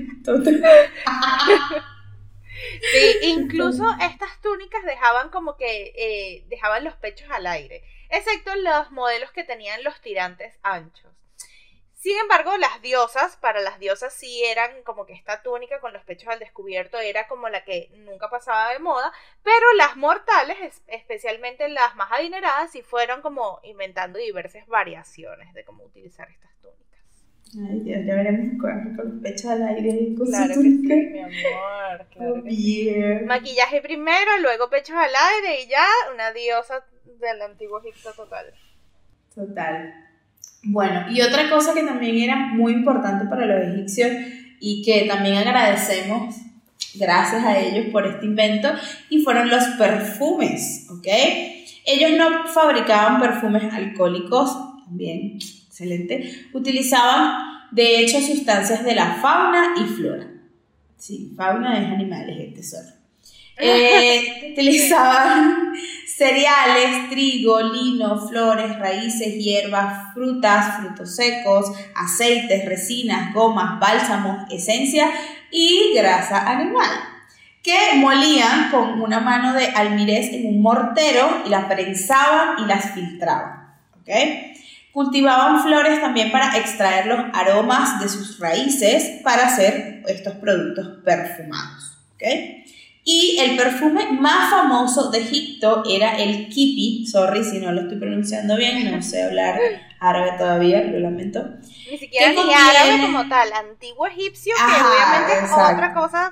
Sí, incluso estas túnicas dejaban como que eh, dejaban los pechos al aire, excepto los modelos que tenían los tirantes anchos. Sin embargo, las diosas, para las diosas sí eran como que esta túnica con los pechos al descubierto era como la que nunca pasaba de moda, pero las mortales, especialmente las más adineradas, sí fueron como inventando diversas variaciones de cómo utilizar estas túnicas. Ay, Dios, ya veremos con, con los pechos al aire y con claro su túnica. Que sí, mi amor, claro oh, que sí. Maquillaje primero, luego pechos al aire y ya una diosa del antiguo Egipto total. Total. Bueno, y otra cosa que también era muy importante para los egipcios y que también agradecemos gracias a ellos por este invento y fueron los perfumes, ¿ok? Ellos no fabricaban perfumes alcohólicos, también, excelente, utilizaban de hecho sustancias de la fauna y flora. Sí, fauna es animales, el tesoro. Eh, utilizaban cereales, trigo, lino, flores, raíces, hierbas, frutas, frutos secos, aceites, resinas, gomas, bálsamos, esencia y grasa animal, que molían con una mano de almirez en un mortero y las prensaban y las filtraban, ¿ok? Cultivaban flores también para extraer los aromas de sus raíces para hacer estos productos perfumados, ¿ok? Y el perfume más famoso de Egipto era el kipi. Sorry si no lo estoy pronunciando bien, no sé hablar árabe todavía, lo lamento. Ni siquiera ni contiene... árabe como tal, antiguo egipcio, que Ajá, obviamente es exacto. otra cosa.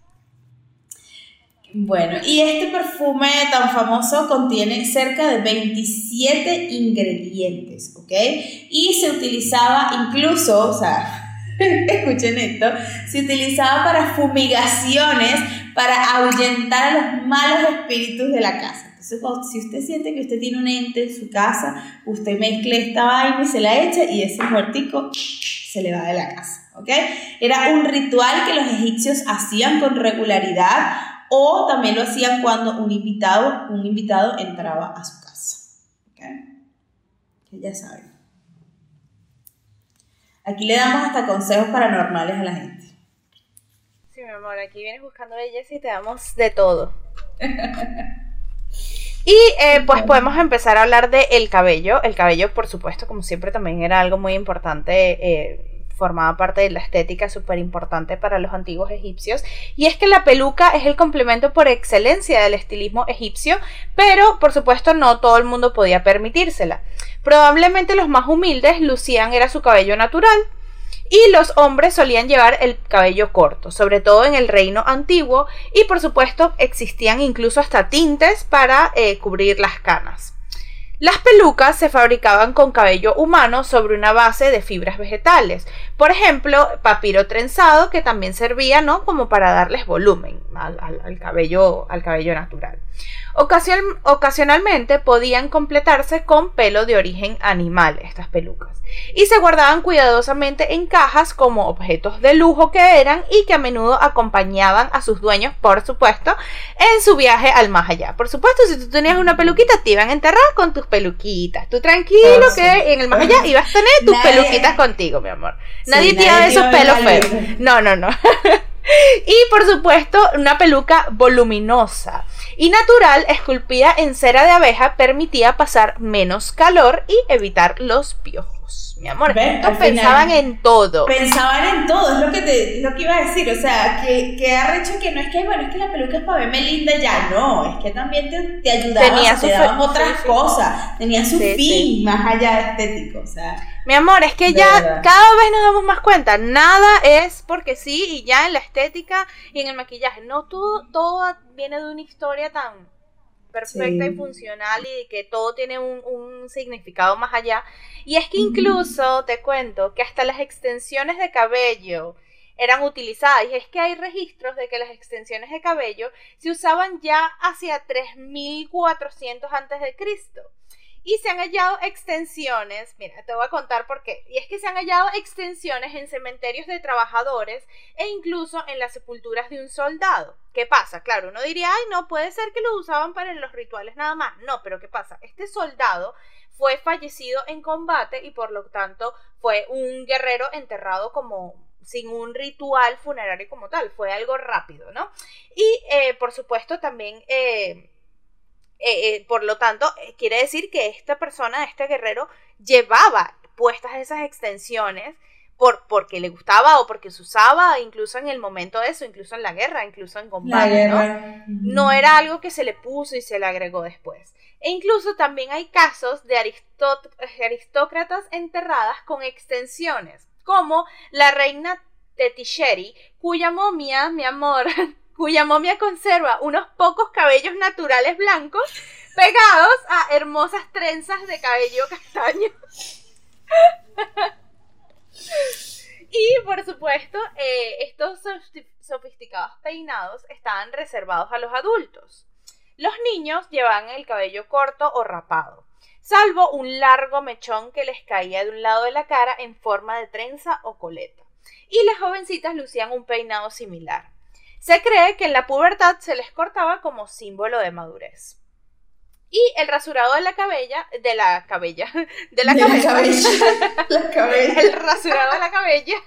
Bueno, y este perfume tan famoso contiene cerca de veintisiete ingredientes, ¿ok? Y se utilizaba incluso, o sea... escuchen esto, se utilizaba para fumigaciones, para ahuyentar a los malos espíritus de la casa. Entonces, si usted siente que usted tiene un ente en su casa, usted mezcla esta vaina y se la echa y ese muertico se le va de la casa, ¿ok? Era un ritual que los egipcios hacían con regularidad o también lo hacían cuando un invitado, un invitado entraba a su casa, ¿ok? Que ya saben. Aquí le damos hasta consejos paranormales a la gente. Sí, mi amor, aquí vienes buscando belleza y te damos de todo. Y eh, pues podemos empezar a hablar de el cabello. El cabello, por supuesto, como siempre, también era algo muy importante, eh, formaba parte de la estética súper importante para los antiguos egipcios. Y es que la peluca es el complemento por excelencia del estilismo egipcio, pero por supuesto no todo el mundo podía permitírsela. Probablemente los más humildes lucían era su cabello natural y los hombres solían llevar el cabello corto, sobre todo en el reino antiguo, y por supuesto existían incluso hasta tintes para eh, cubrir las canas. Las pelucas se fabricaban con cabello humano sobre una base de fibras vegetales, por ejemplo, papiro trenzado, que también servía, ¿no?, como para darles volumen al, al, al, cabello, al cabello natural. Ocasion, ocasionalmente podían completarse con pelo de origen animal, estas pelucas, y se guardaban cuidadosamente en cajas como objetos de lujo que eran y que a menudo acompañaban a sus dueños, por supuesto, en su viaje al más allá. Por supuesto, si tú tenías una peluquita, te iban a enterrar con tus peluquitas. Tú tranquilo oh, sí. que en el más allá ibas a tener tus nadie, peluquitas contigo, mi amor. Sí, nadie te iba a ver esos pelos feos. No, no, no. Y por supuesto, una peluca voluminosa y natural, esculpida en cera de abeja, permitía pasar menos calor y evitar los piojos. Mi amor, estos pensaban en todo. Pensaban en todo, es lo que te, lo que iba a decir. O sea, que, que arrecho que no es que, bueno, es que la peluca es para verme linda ya, no, es que también te, te ayudaba, tenía te daban otras sí, cosas, tenía su sí, fin sí. más allá estético, o sea. Mi amor, es que ya verdad. cada vez nos damos más cuenta, nada es porque sí y ya en la estética y en el maquillaje, no, todo, todo viene de una historia tan perfecta sí. y funcional y que todo tiene un, un significado más allá. Y es que incluso, te cuento, que hasta las extensiones de cabello eran utilizadas, y es que hay registros de que las extensiones de cabello se usaban ya hacia tres mil cuatrocientos antes de Cristo. Y se han hallado extensiones, mira, te voy a contar por qué. Y es que se han hallado extensiones en cementerios de trabajadores e incluso en las sepulturas de un soldado. ¿Qué pasa? Claro, uno diría, ay, no, puede ser que lo usaban para los rituales nada más. No, pero ¿qué pasa? Este soldado fue fallecido en combate y por lo tanto fue un guerrero enterrado como sin un ritual funerario como tal. Fue algo rápido, ¿no? Y eh, por supuesto también... Eh, Eh, eh, por lo tanto, eh, quiere decir que esta persona, este guerrero, llevaba puestas esas extensiones por, porque le gustaba o porque se usaba, incluso en el momento de eso, incluso en la guerra, incluso en combate, ¿no? No era algo que se le puso y se le agregó después. E incluso también hay casos de aristot- aristócratas enterradas con extensiones, como la reina Tetisheri, cuya momia, mi amor, cuya momia conserva unos pocos cabellos naturales blancos pegados a hermosas trenzas de cabello castaño. Y por supuesto, eh, estos sofisticados peinados estaban reservados a los adultos. Los niños llevaban el cabello corto o rapado, salvo un largo mechón que les caía de un lado de la cara en forma de trenza o coleta. Y las jovencitas lucían un peinado similar. Se cree que en la pubertad se les cortaba como símbolo de madurez. Y el rasurado de la cabella, de la cabella, de la de cabeza, la cabella, la cabella. el rasurado de la cabella,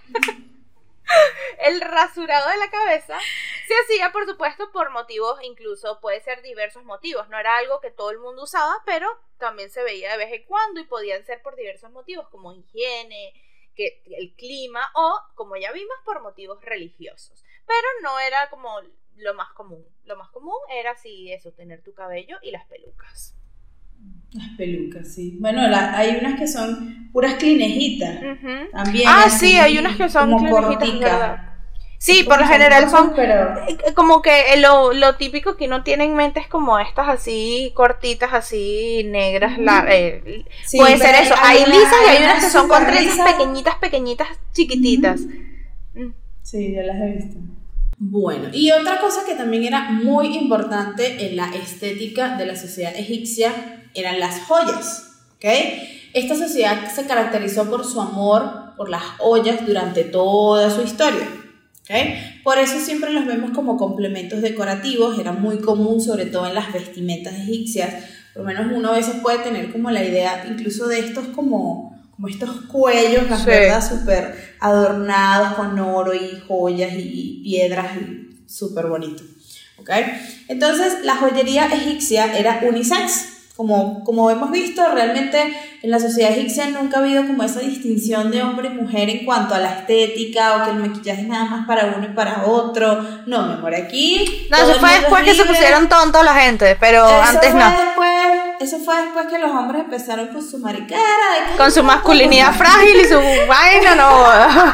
el rasurado de la cabeza se hacía, por supuesto, por motivos, incluso puede ser diversos motivos. No era algo que todo el mundo usaba, pero también se veía de vez en cuando y podían ser por diversos motivos, como higiene, que el clima o, como ya vimos, por motivos religiosos. Pero no era como lo más común. Lo más común era así eso, tener tu cabello y las pelucas. Las pelucas, sí. Bueno, la, hay unas que son puras clinejitas. Uh-huh. También. Ah, así, sí, hay unas que son clinejitas, ¿verdad? Sí, por lo son general cortas, son pero... como que lo, lo típico que uno tiene en mente es como estas así cortitas, así negras, mm. la, eh, sí, puede ser eso, hay, hay lisas y hay unas que son con trenzas pequeñitas, pequeñitas, chiquititas. Mm. Sí, yo las he visto. Bueno, y otra cosa que también era muy importante en la estética de la sociedad egipcia eran las joyas, ¿ok? Esta sociedad se caracterizó por su amor por las joyas durante toda su historia. ¿Okay? Por eso siempre los vemos como complementos decorativos, era muy común sobre todo en las vestimentas egipcias, por lo menos uno a veces puede tener como la idea incluso de estos como, como estos cuellos, las sí. verdad, súper adornados con oro y joyas y piedras, súper bonito, ¿okay? Entonces la joyería egipcia era unisex. Como, como hemos visto, realmente en la sociedad egipcia nunca ha habido como esa distinción de hombre y mujer en cuanto a la estética o que el maquillaje es nada más para uno y para otro. No, mi amor, aquí... No, eso fue después que se pusieron tontos la gente, pero eso antes fue no. Después, eso fue después que los hombres empezaron con su mariquera. Con su masculinidad frágil y su vaina, no...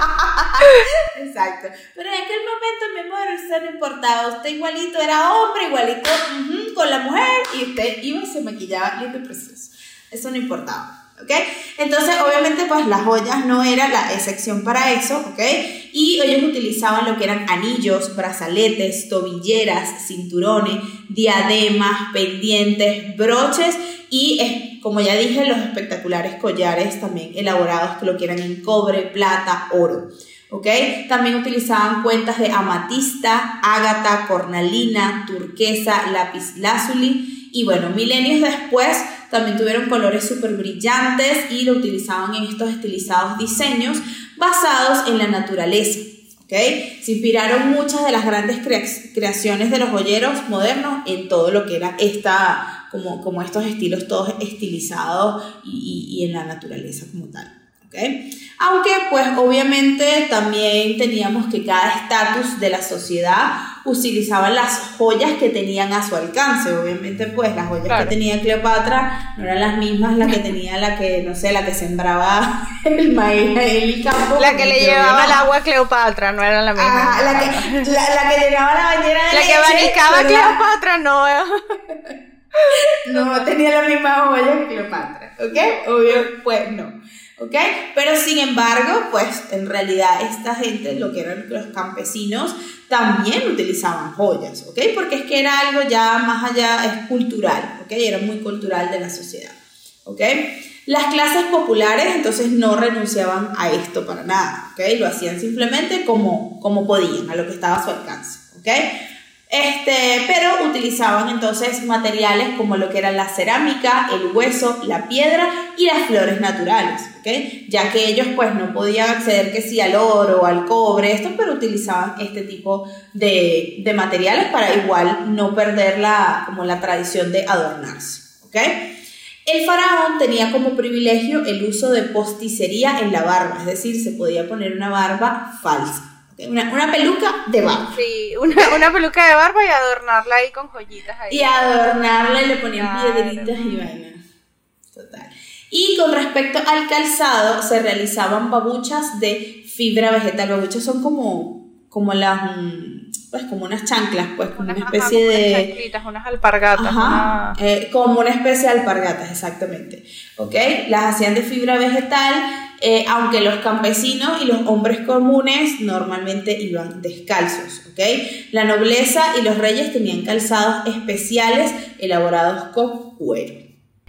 Exacto. Pero en aquel momento, mi amor, eso no importaba. Usted igualito era hombre, igualito uh-huh, con la mujer, y usted iba y se maquillaba lindo y precioso. Eso no importaba. ¿Ok? Entonces, obviamente, pues las joyas no era la excepción para eso, ¿ok? Y ellos utilizaban lo que eran anillos, brazaletes, tobilleras, cinturones, diademas, pendientes, broches y, como ya dije, los espectaculares collares también elaborados, que lo que eran en cobre, plata, oro. ¿Okay? También utilizaban cuentas de amatista, ágata, cornalina, turquesa, lapislázuli y bueno, milenios después también tuvieron colores súper brillantes y lo utilizaban en estos estilizados diseños basados en la naturaleza. ¿Okay? Se inspiraron muchas de las grandes crea- creaciones de los joyeros modernos en todo lo que era esta, como, como estos estilos todos estilizados y, y, y en la naturaleza como tal. ¿Okay? Aunque pues obviamente también teníamos que cada estatus de la sociedad utilizaban las joyas que tenían a su alcance. Obviamente pues las joyas claro. que tenía Cleopatra no eran las mismas las que tenía la que, no sé, la que sembraba el maíz en el campo. La que le llevaba no. el agua a Cleopatra no era la misma. Ah, la, que, la, la que llenaba la bañera de la leche. La que abanicaba a Cleopatra no. No tenía la misma joya que Cleopatra, ¿ok? Obvio, pues no. ¿Ok? Pero sin embargo, pues en realidad esta gente, lo que eran los campesinos, también utilizaban joyas, ¿ok? Porque es que era algo ya más allá, es cultural, ¿ok? Era muy cultural de la sociedad, ¿ok? Las clases populares entonces no renunciaban a esto para nada, ¿ok? Lo hacían simplemente como, como podían, a lo que estaba a su alcance, ¿ok? Este, pero utilizaban entonces materiales como lo que era la cerámica, el hueso, la piedra y las flores naturales, ¿okay? Ya que ellos pues no podían acceder que sí al oro o al cobre, esto, pero utilizaban este tipo de, de materiales para igual no perder la, como la tradición de adornarse, ¿okay? El faraón tenía como privilegio el uso de posticería en la barba, es decir, se podía poner una barba falsa, ¿okay? una, una peluca de barba. Sí, una, una peluca de barba y adornarla ahí con joyitas ahí. Y adornarla y le ponían claro. piedritas y vainas. Total. Y con respecto al calzado, se realizaban babuchas de fibra vegetal. Babuchas son como, como las, pues como unas chanclas, pues como unas, una especie ajá, de... Unas chanclitas, unas alpargatas. Ajá, una... eh, como una especie de alpargatas, exactamente. ¿Ok? Las hacían de fibra vegetal, eh, aunque los campesinos y los hombres comunes normalmente iban descalzos. ¿Ok? La nobleza y los reyes tenían calzados especiales elaborados con cuero.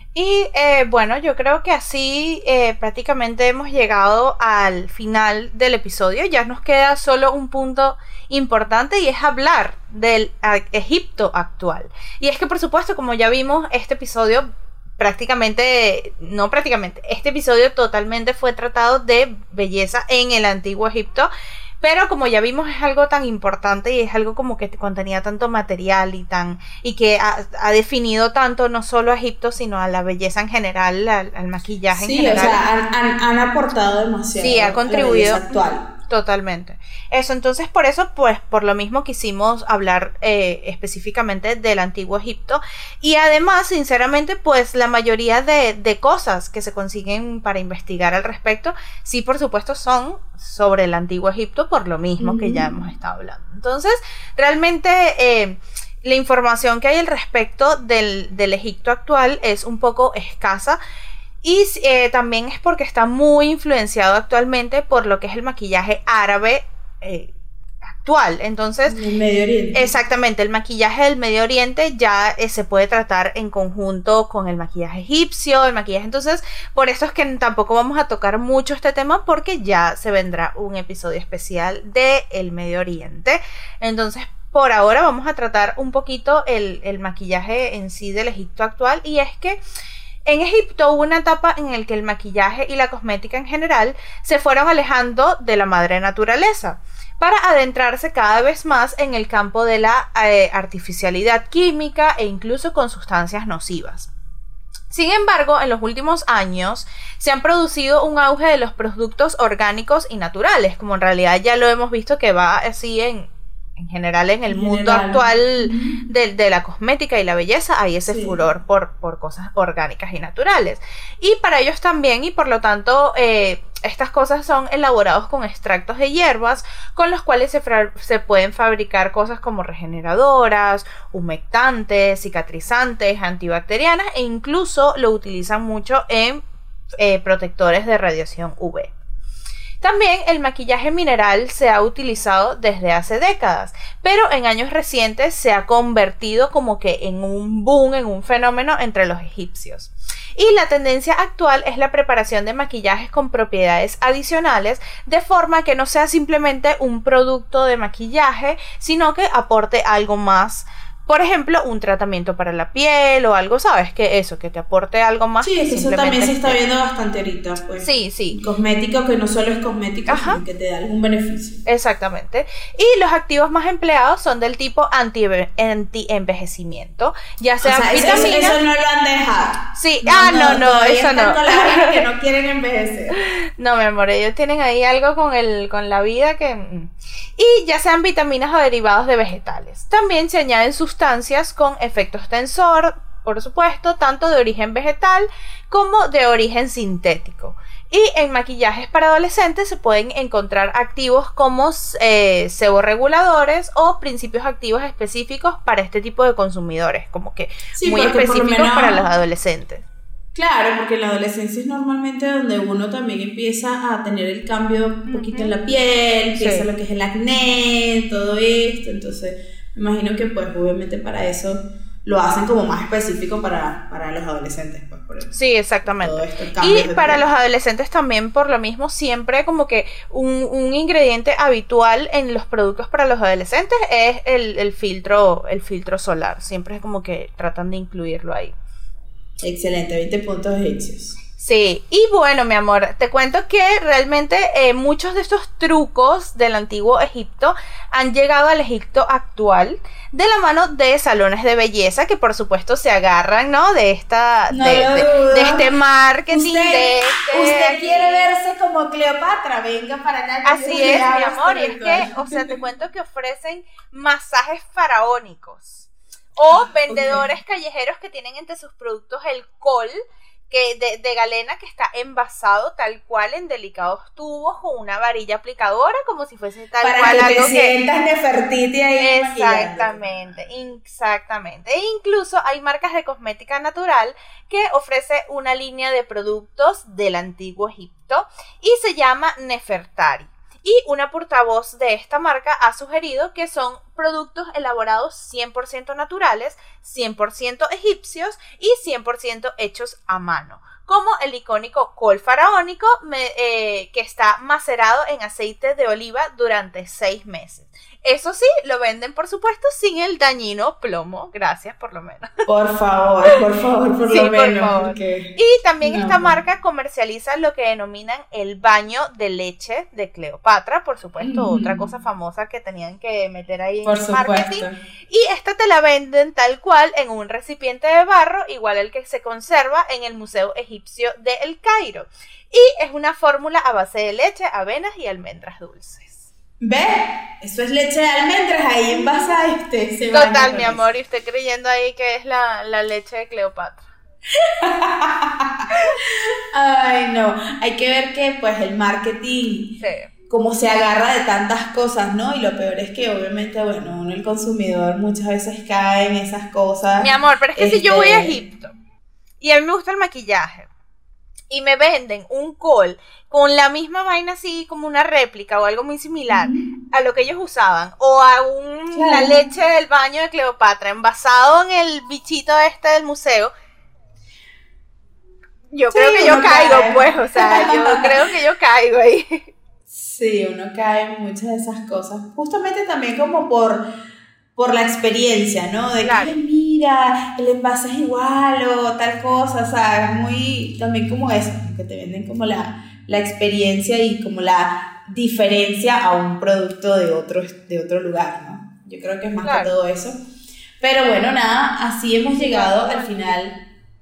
Y eh, bueno, yo creo que así eh, prácticamente hemos llegado al final del episodio. Ya nos queda solo un punto importante y es hablar del Egipto actual. Y es que por supuesto, como ya vimos, este episodio prácticamente, no prácticamente, este episodio totalmente fue tratado de belleza en el antiguo Egipto. Pero como ya vimos, es algo tan importante y es algo como que contenía tanto material y tan y que ha, ha definido tanto no solo a Egipto, sino a la belleza en general, al, al maquillaje sí, en general. Sí, o sea, han, han, han aportado demasiado. Sí, ha contribuido a la belleza actual. Totalmente. Eso, entonces por eso, pues, por lo mismo quisimos hablar eh, específicamente del antiguo Egipto. Y además, sinceramente, pues la mayoría de, de cosas que se consiguen para investigar al respecto, sí, por supuesto, son sobre el antiguo Egipto, por lo mismo uh-huh. que ya hemos estado hablando. Entonces, realmente eh, la información que hay al respecto del, del Egipto actual es un poco escasa. Y eh, también es porque está muy influenciado actualmente por lo que es el maquillaje árabe eh, actual. Entonces, el Medio Oriente. Exactamente, el maquillaje del Medio Oriente ya eh, se puede tratar en conjunto con el maquillaje egipcio, el maquillaje. Entonces, por eso es que tampoco vamos a tocar mucho este tema porque ya se vendrá un episodio especial de el Medio Oriente. Entonces, por ahora vamos a tratar un poquito el, el maquillaje en sí del Egipto actual, y es que en Egipto hubo una etapa en la que el maquillaje y la cosmética en general se fueron alejando de la madre naturaleza para adentrarse cada vez más en el campo de la eh, artificialidad química e incluso con sustancias nocivas. Sin embargo, en los últimos años se han producido un auge de los productos orgánicos y naturales, como en realidad ya lo hemos visto que va así en... en general en el en mundo general. actual de, de la cosmética y la belleza hay ese sí. furor por, por cosas orgánicas y naturales, y para ellos también, y por lo tanto eh, estas cosas son elaborados con extractos de hierbas con los cuales se, fra- se pueden fabricar cosas como regeneradoras, humectantes, cicatrizantes, antibacterianas, e incluso lo utilizan mucho en eh, protectores de radiación U V. También el maquillaje mineral se ha utilizado desde hace décadas, pero en años recientes se ha convertido como que en un boom, en un fenómeno entre los egipcios. Y la tendencia actual es la preparación de maquillajes con propiedades adicionales, de forma que no sea simplemente un producto de maquillaje, sino que aporte algo más. Por ejemplo, un tratamiento para la piel o algo, ¿sabes? Que eso, que te aporte algo más. Sí, que eso también se está viendo bastante ahorita, pues. Sí, sí. Cosmético que no solo es cosmético, Ajá. sino que te da algún beneficio. Exactamente. Y los activos más empleados son del tipo anti, anti-envejecimiento, ya sea, o sea vitaminas. Eso, eso no lo han dejado. Sí, no, ah, no, no, no eso no. Con la que no quieren envejecer. No, mi amor, ellos tienen ahí algo con el, con la vida que... Y ya sean vitaminas o derivados de vegetales. También se añaden sustancias con efectos tensor, por supuesto, tanto de origen vegetal como de origen sintético. Y en maquillajes para adolescentes se pueden encontrar activos como eh, seborreguladores o principios activos específicos para este tipo de consumidores, como que sí, muy específicos menos... para los adolescentes. Claro, porque la adolescencia es normalmente donde uno también empieza a tener el cambio un poquito uh-huh. en la piel, empieza sí. lo que es el acné, todo esto, entonces me imagino que pues obviamente para eso lo hacen como más específico para, para los adolescentes, pues por eso. Sí, exactamente. Y para piel. Los adolescentes también por lo mismo siempre como que un, un ingrediente habitual en los productos para los adolescentes es el, el filtro, el filtro solar, siempre es como que tratan de incluirlo ahí. Excelente, veinte puntos egipcios. Sí, y bueno, mi amor, te cuento que realmente eh, muchos de estos trucos del antiguo Egipto han llegado al Egipto actual de la mano de salones de belleza que por supuesto se agarran, ¿no? De esta, no de, de, de este marketing. Usted, de este, usted quiere verse como Cleopatra, venga para acá. Así es, mi amor, y es que, o sea, te cuento que ofrecen masajes faraónicos o vendedores okay. callejeros que tienen entre sus productos el col que de, de galena que está envasado tal cual en delicados tubos con una varilla aplicadora como si fuese tal para cual que algo te sientas Nefertiti ahí exactamente, exactamente e incluso hay marcas de cosmética natural que ofrece una línea de productos del antiguo Egipto y se llama Nefertari. Y una portavoz de esta marca ha sugerido que son productos elaborados cien por ciento naturales, cien por ciento egipcios y cien por ciento hechos a mano, como el icónico col faraónico me, eh, que está macerado en aceite de oliva durante seis meses. Eso sí, lo venden por supuesto sin el dañino plomo, gracias por lo menos. Por favor, por favor, por sí, lo por menos. Favor. Porque... Y también no. esta marca comercializa lo que denominan el baño de leche de Cleopatra, por supuesto, mm. otra cosa famosa que tenían que meter ahí por en el supuesto. marketing. Y esta te la venden tal cual en un recipiente de barro, igual el que se conserva en el Museo Egipcio de El Cairo. Y es una fórmula a base de leche, avenas y almendras dulces. ¿Ve? Eso es leche de almendras, ahí envasa este. Se Total, mi amor, y usted creyendo ahí que es la, la leche de Cleopatra. Ay, no, hay que ver que pues el marketing, sí. como se agarra de tantas cosas, ¿no? Y lo peor es que obviamente, bueno, uno el consumidor muchas veces cae en esas cosas. Mi amor, pero es que este... si yo voy a Egipto y a mí me gusta el maquillaje y me venden un col con la misma vaina así como una réplica o algo muy similar uh-huh. a lo que ellos usaban, o a un, claro. la leche del baño de Cleopatra envasado en el bichito este del museo, yo sí, creo que yo caigo cae. pues, o sea, yo creo que yo caigo ahí. Sí, uno cae en muchas de esas cosas, justamente también como por, por la experiencia, ¿no? De claro. que mira, el envase es igual o tal cosa, o sea, es muy, también como eso, que te venden como la, la experiencia y como la diferencia a un producto de otro, de otro lugar, ¿no? Yo creo que es más claro. que todo eso. Pero bueno, nada, así hemos llegado al final.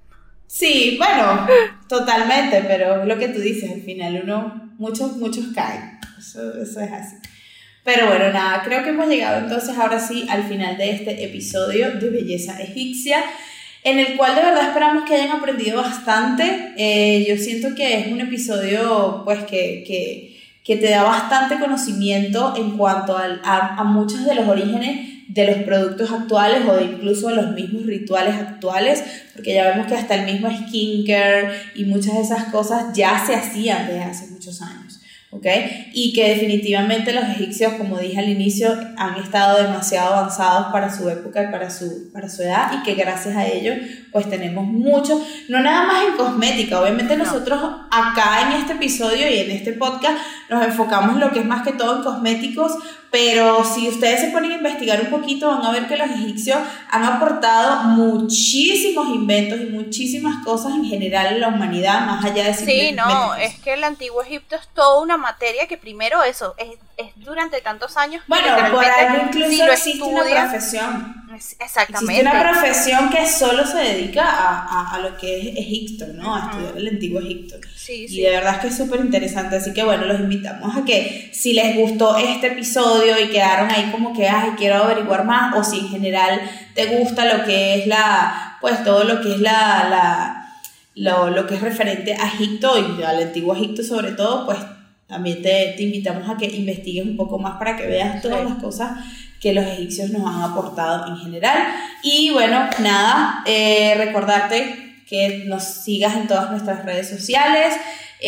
Sí, bueno, totalmente, pero es lo que tú dices, al final uno, muchos, muchos caen, eso, eso es así. Pero bueno, nada, creo que hemos llegado entonces ahora sí al final de este episodio de Belleza Egipcia, en el cual de verdad esperamos que hayan aprendido bastante. Eh, yo siento que es un episodio pues que, que, que te da bastante conocimiento en cuanto a, a, a muchos de los orígenes de los productos actuales o de incluso de los mismos rituales actuales, porque ya vemos que hasta el mismo skincare y muchas de esas cosas ya se hacían desde hace muchos años. ¿Okay? Y que definitivamente los egipcios, como dije al inicio, han estado demasiado avanzados para su época y para su, para su edad, y que gracias a ello pues tenemos mucho, no nada más en cosmética, obviamente no. nosotros acá en este episodio y en este podcast nos enfocamos en lo que es más que todo en cosméticos, pero si ustedes se ponen a investigar un poquito van a ver que los egipcios han aportado muchísimos inventos y muchísimas cosas en general en la humanidad, más allá de sí, no, es que el antiguo Egipto es toda una materia que primero eso, es, es durante tantos años. Bueno, por algo incluso si existe una profesión. Exactamente. Existe una profesión que solo se dedica a, a, a lo que es Egipto, ¿no? A estudiar el antiguo Egipto. Sí, y sí. de verdad es que es súper interesante, así que bueno, los invitamos a que si les gustó este episodio y quedaron ahí como que, ay, quiero averiguar más, o si en general te gusta lo que es la, pues todo lo que es la, la lo, lo que es referente a Egipto y al antiguo Egipto sobre todo, pues también te, te invitamos a que investigues un poco más para que veas todas sí. las cosas que los egipcios nos han aportado en general. Y bueno, nada, eh, recordarte que nos sigas en todas nuestras redes sociales,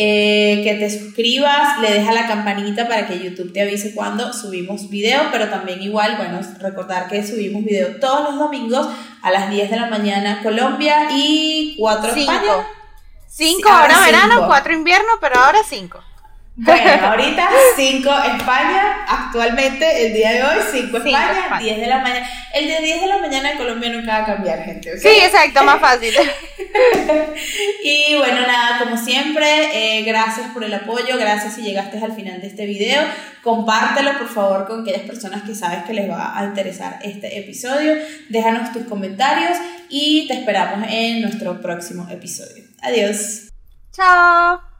eh, que te suscribas, le dejas la campanita para que YouTube te avise cuando subimos video, pero también igual, bueno, recordar que subimos video todos los domingos a las diez de la mañana Colombia y cuatro España. cinco, ahora verano, cuatro invierno, pero ahora cinco. Bueno, ahorita cinco España, actualmente el día de hoy cinco España, España, diez de la mañana. El de diez de la mañana en Colombia nunca va a cambiar, gente, ¿okay? Sí, exacto, más fácil. Y bueno, nada, como siempre, eh, gracias por el apoyo, gracias si llegaste al final de este video. Compártelo por favor con aquellas personas que sabes que les va a interesar este episodio. Déjanos tus comentarios y te esperamos en nuestro próximo episodio. Adiós. Chao.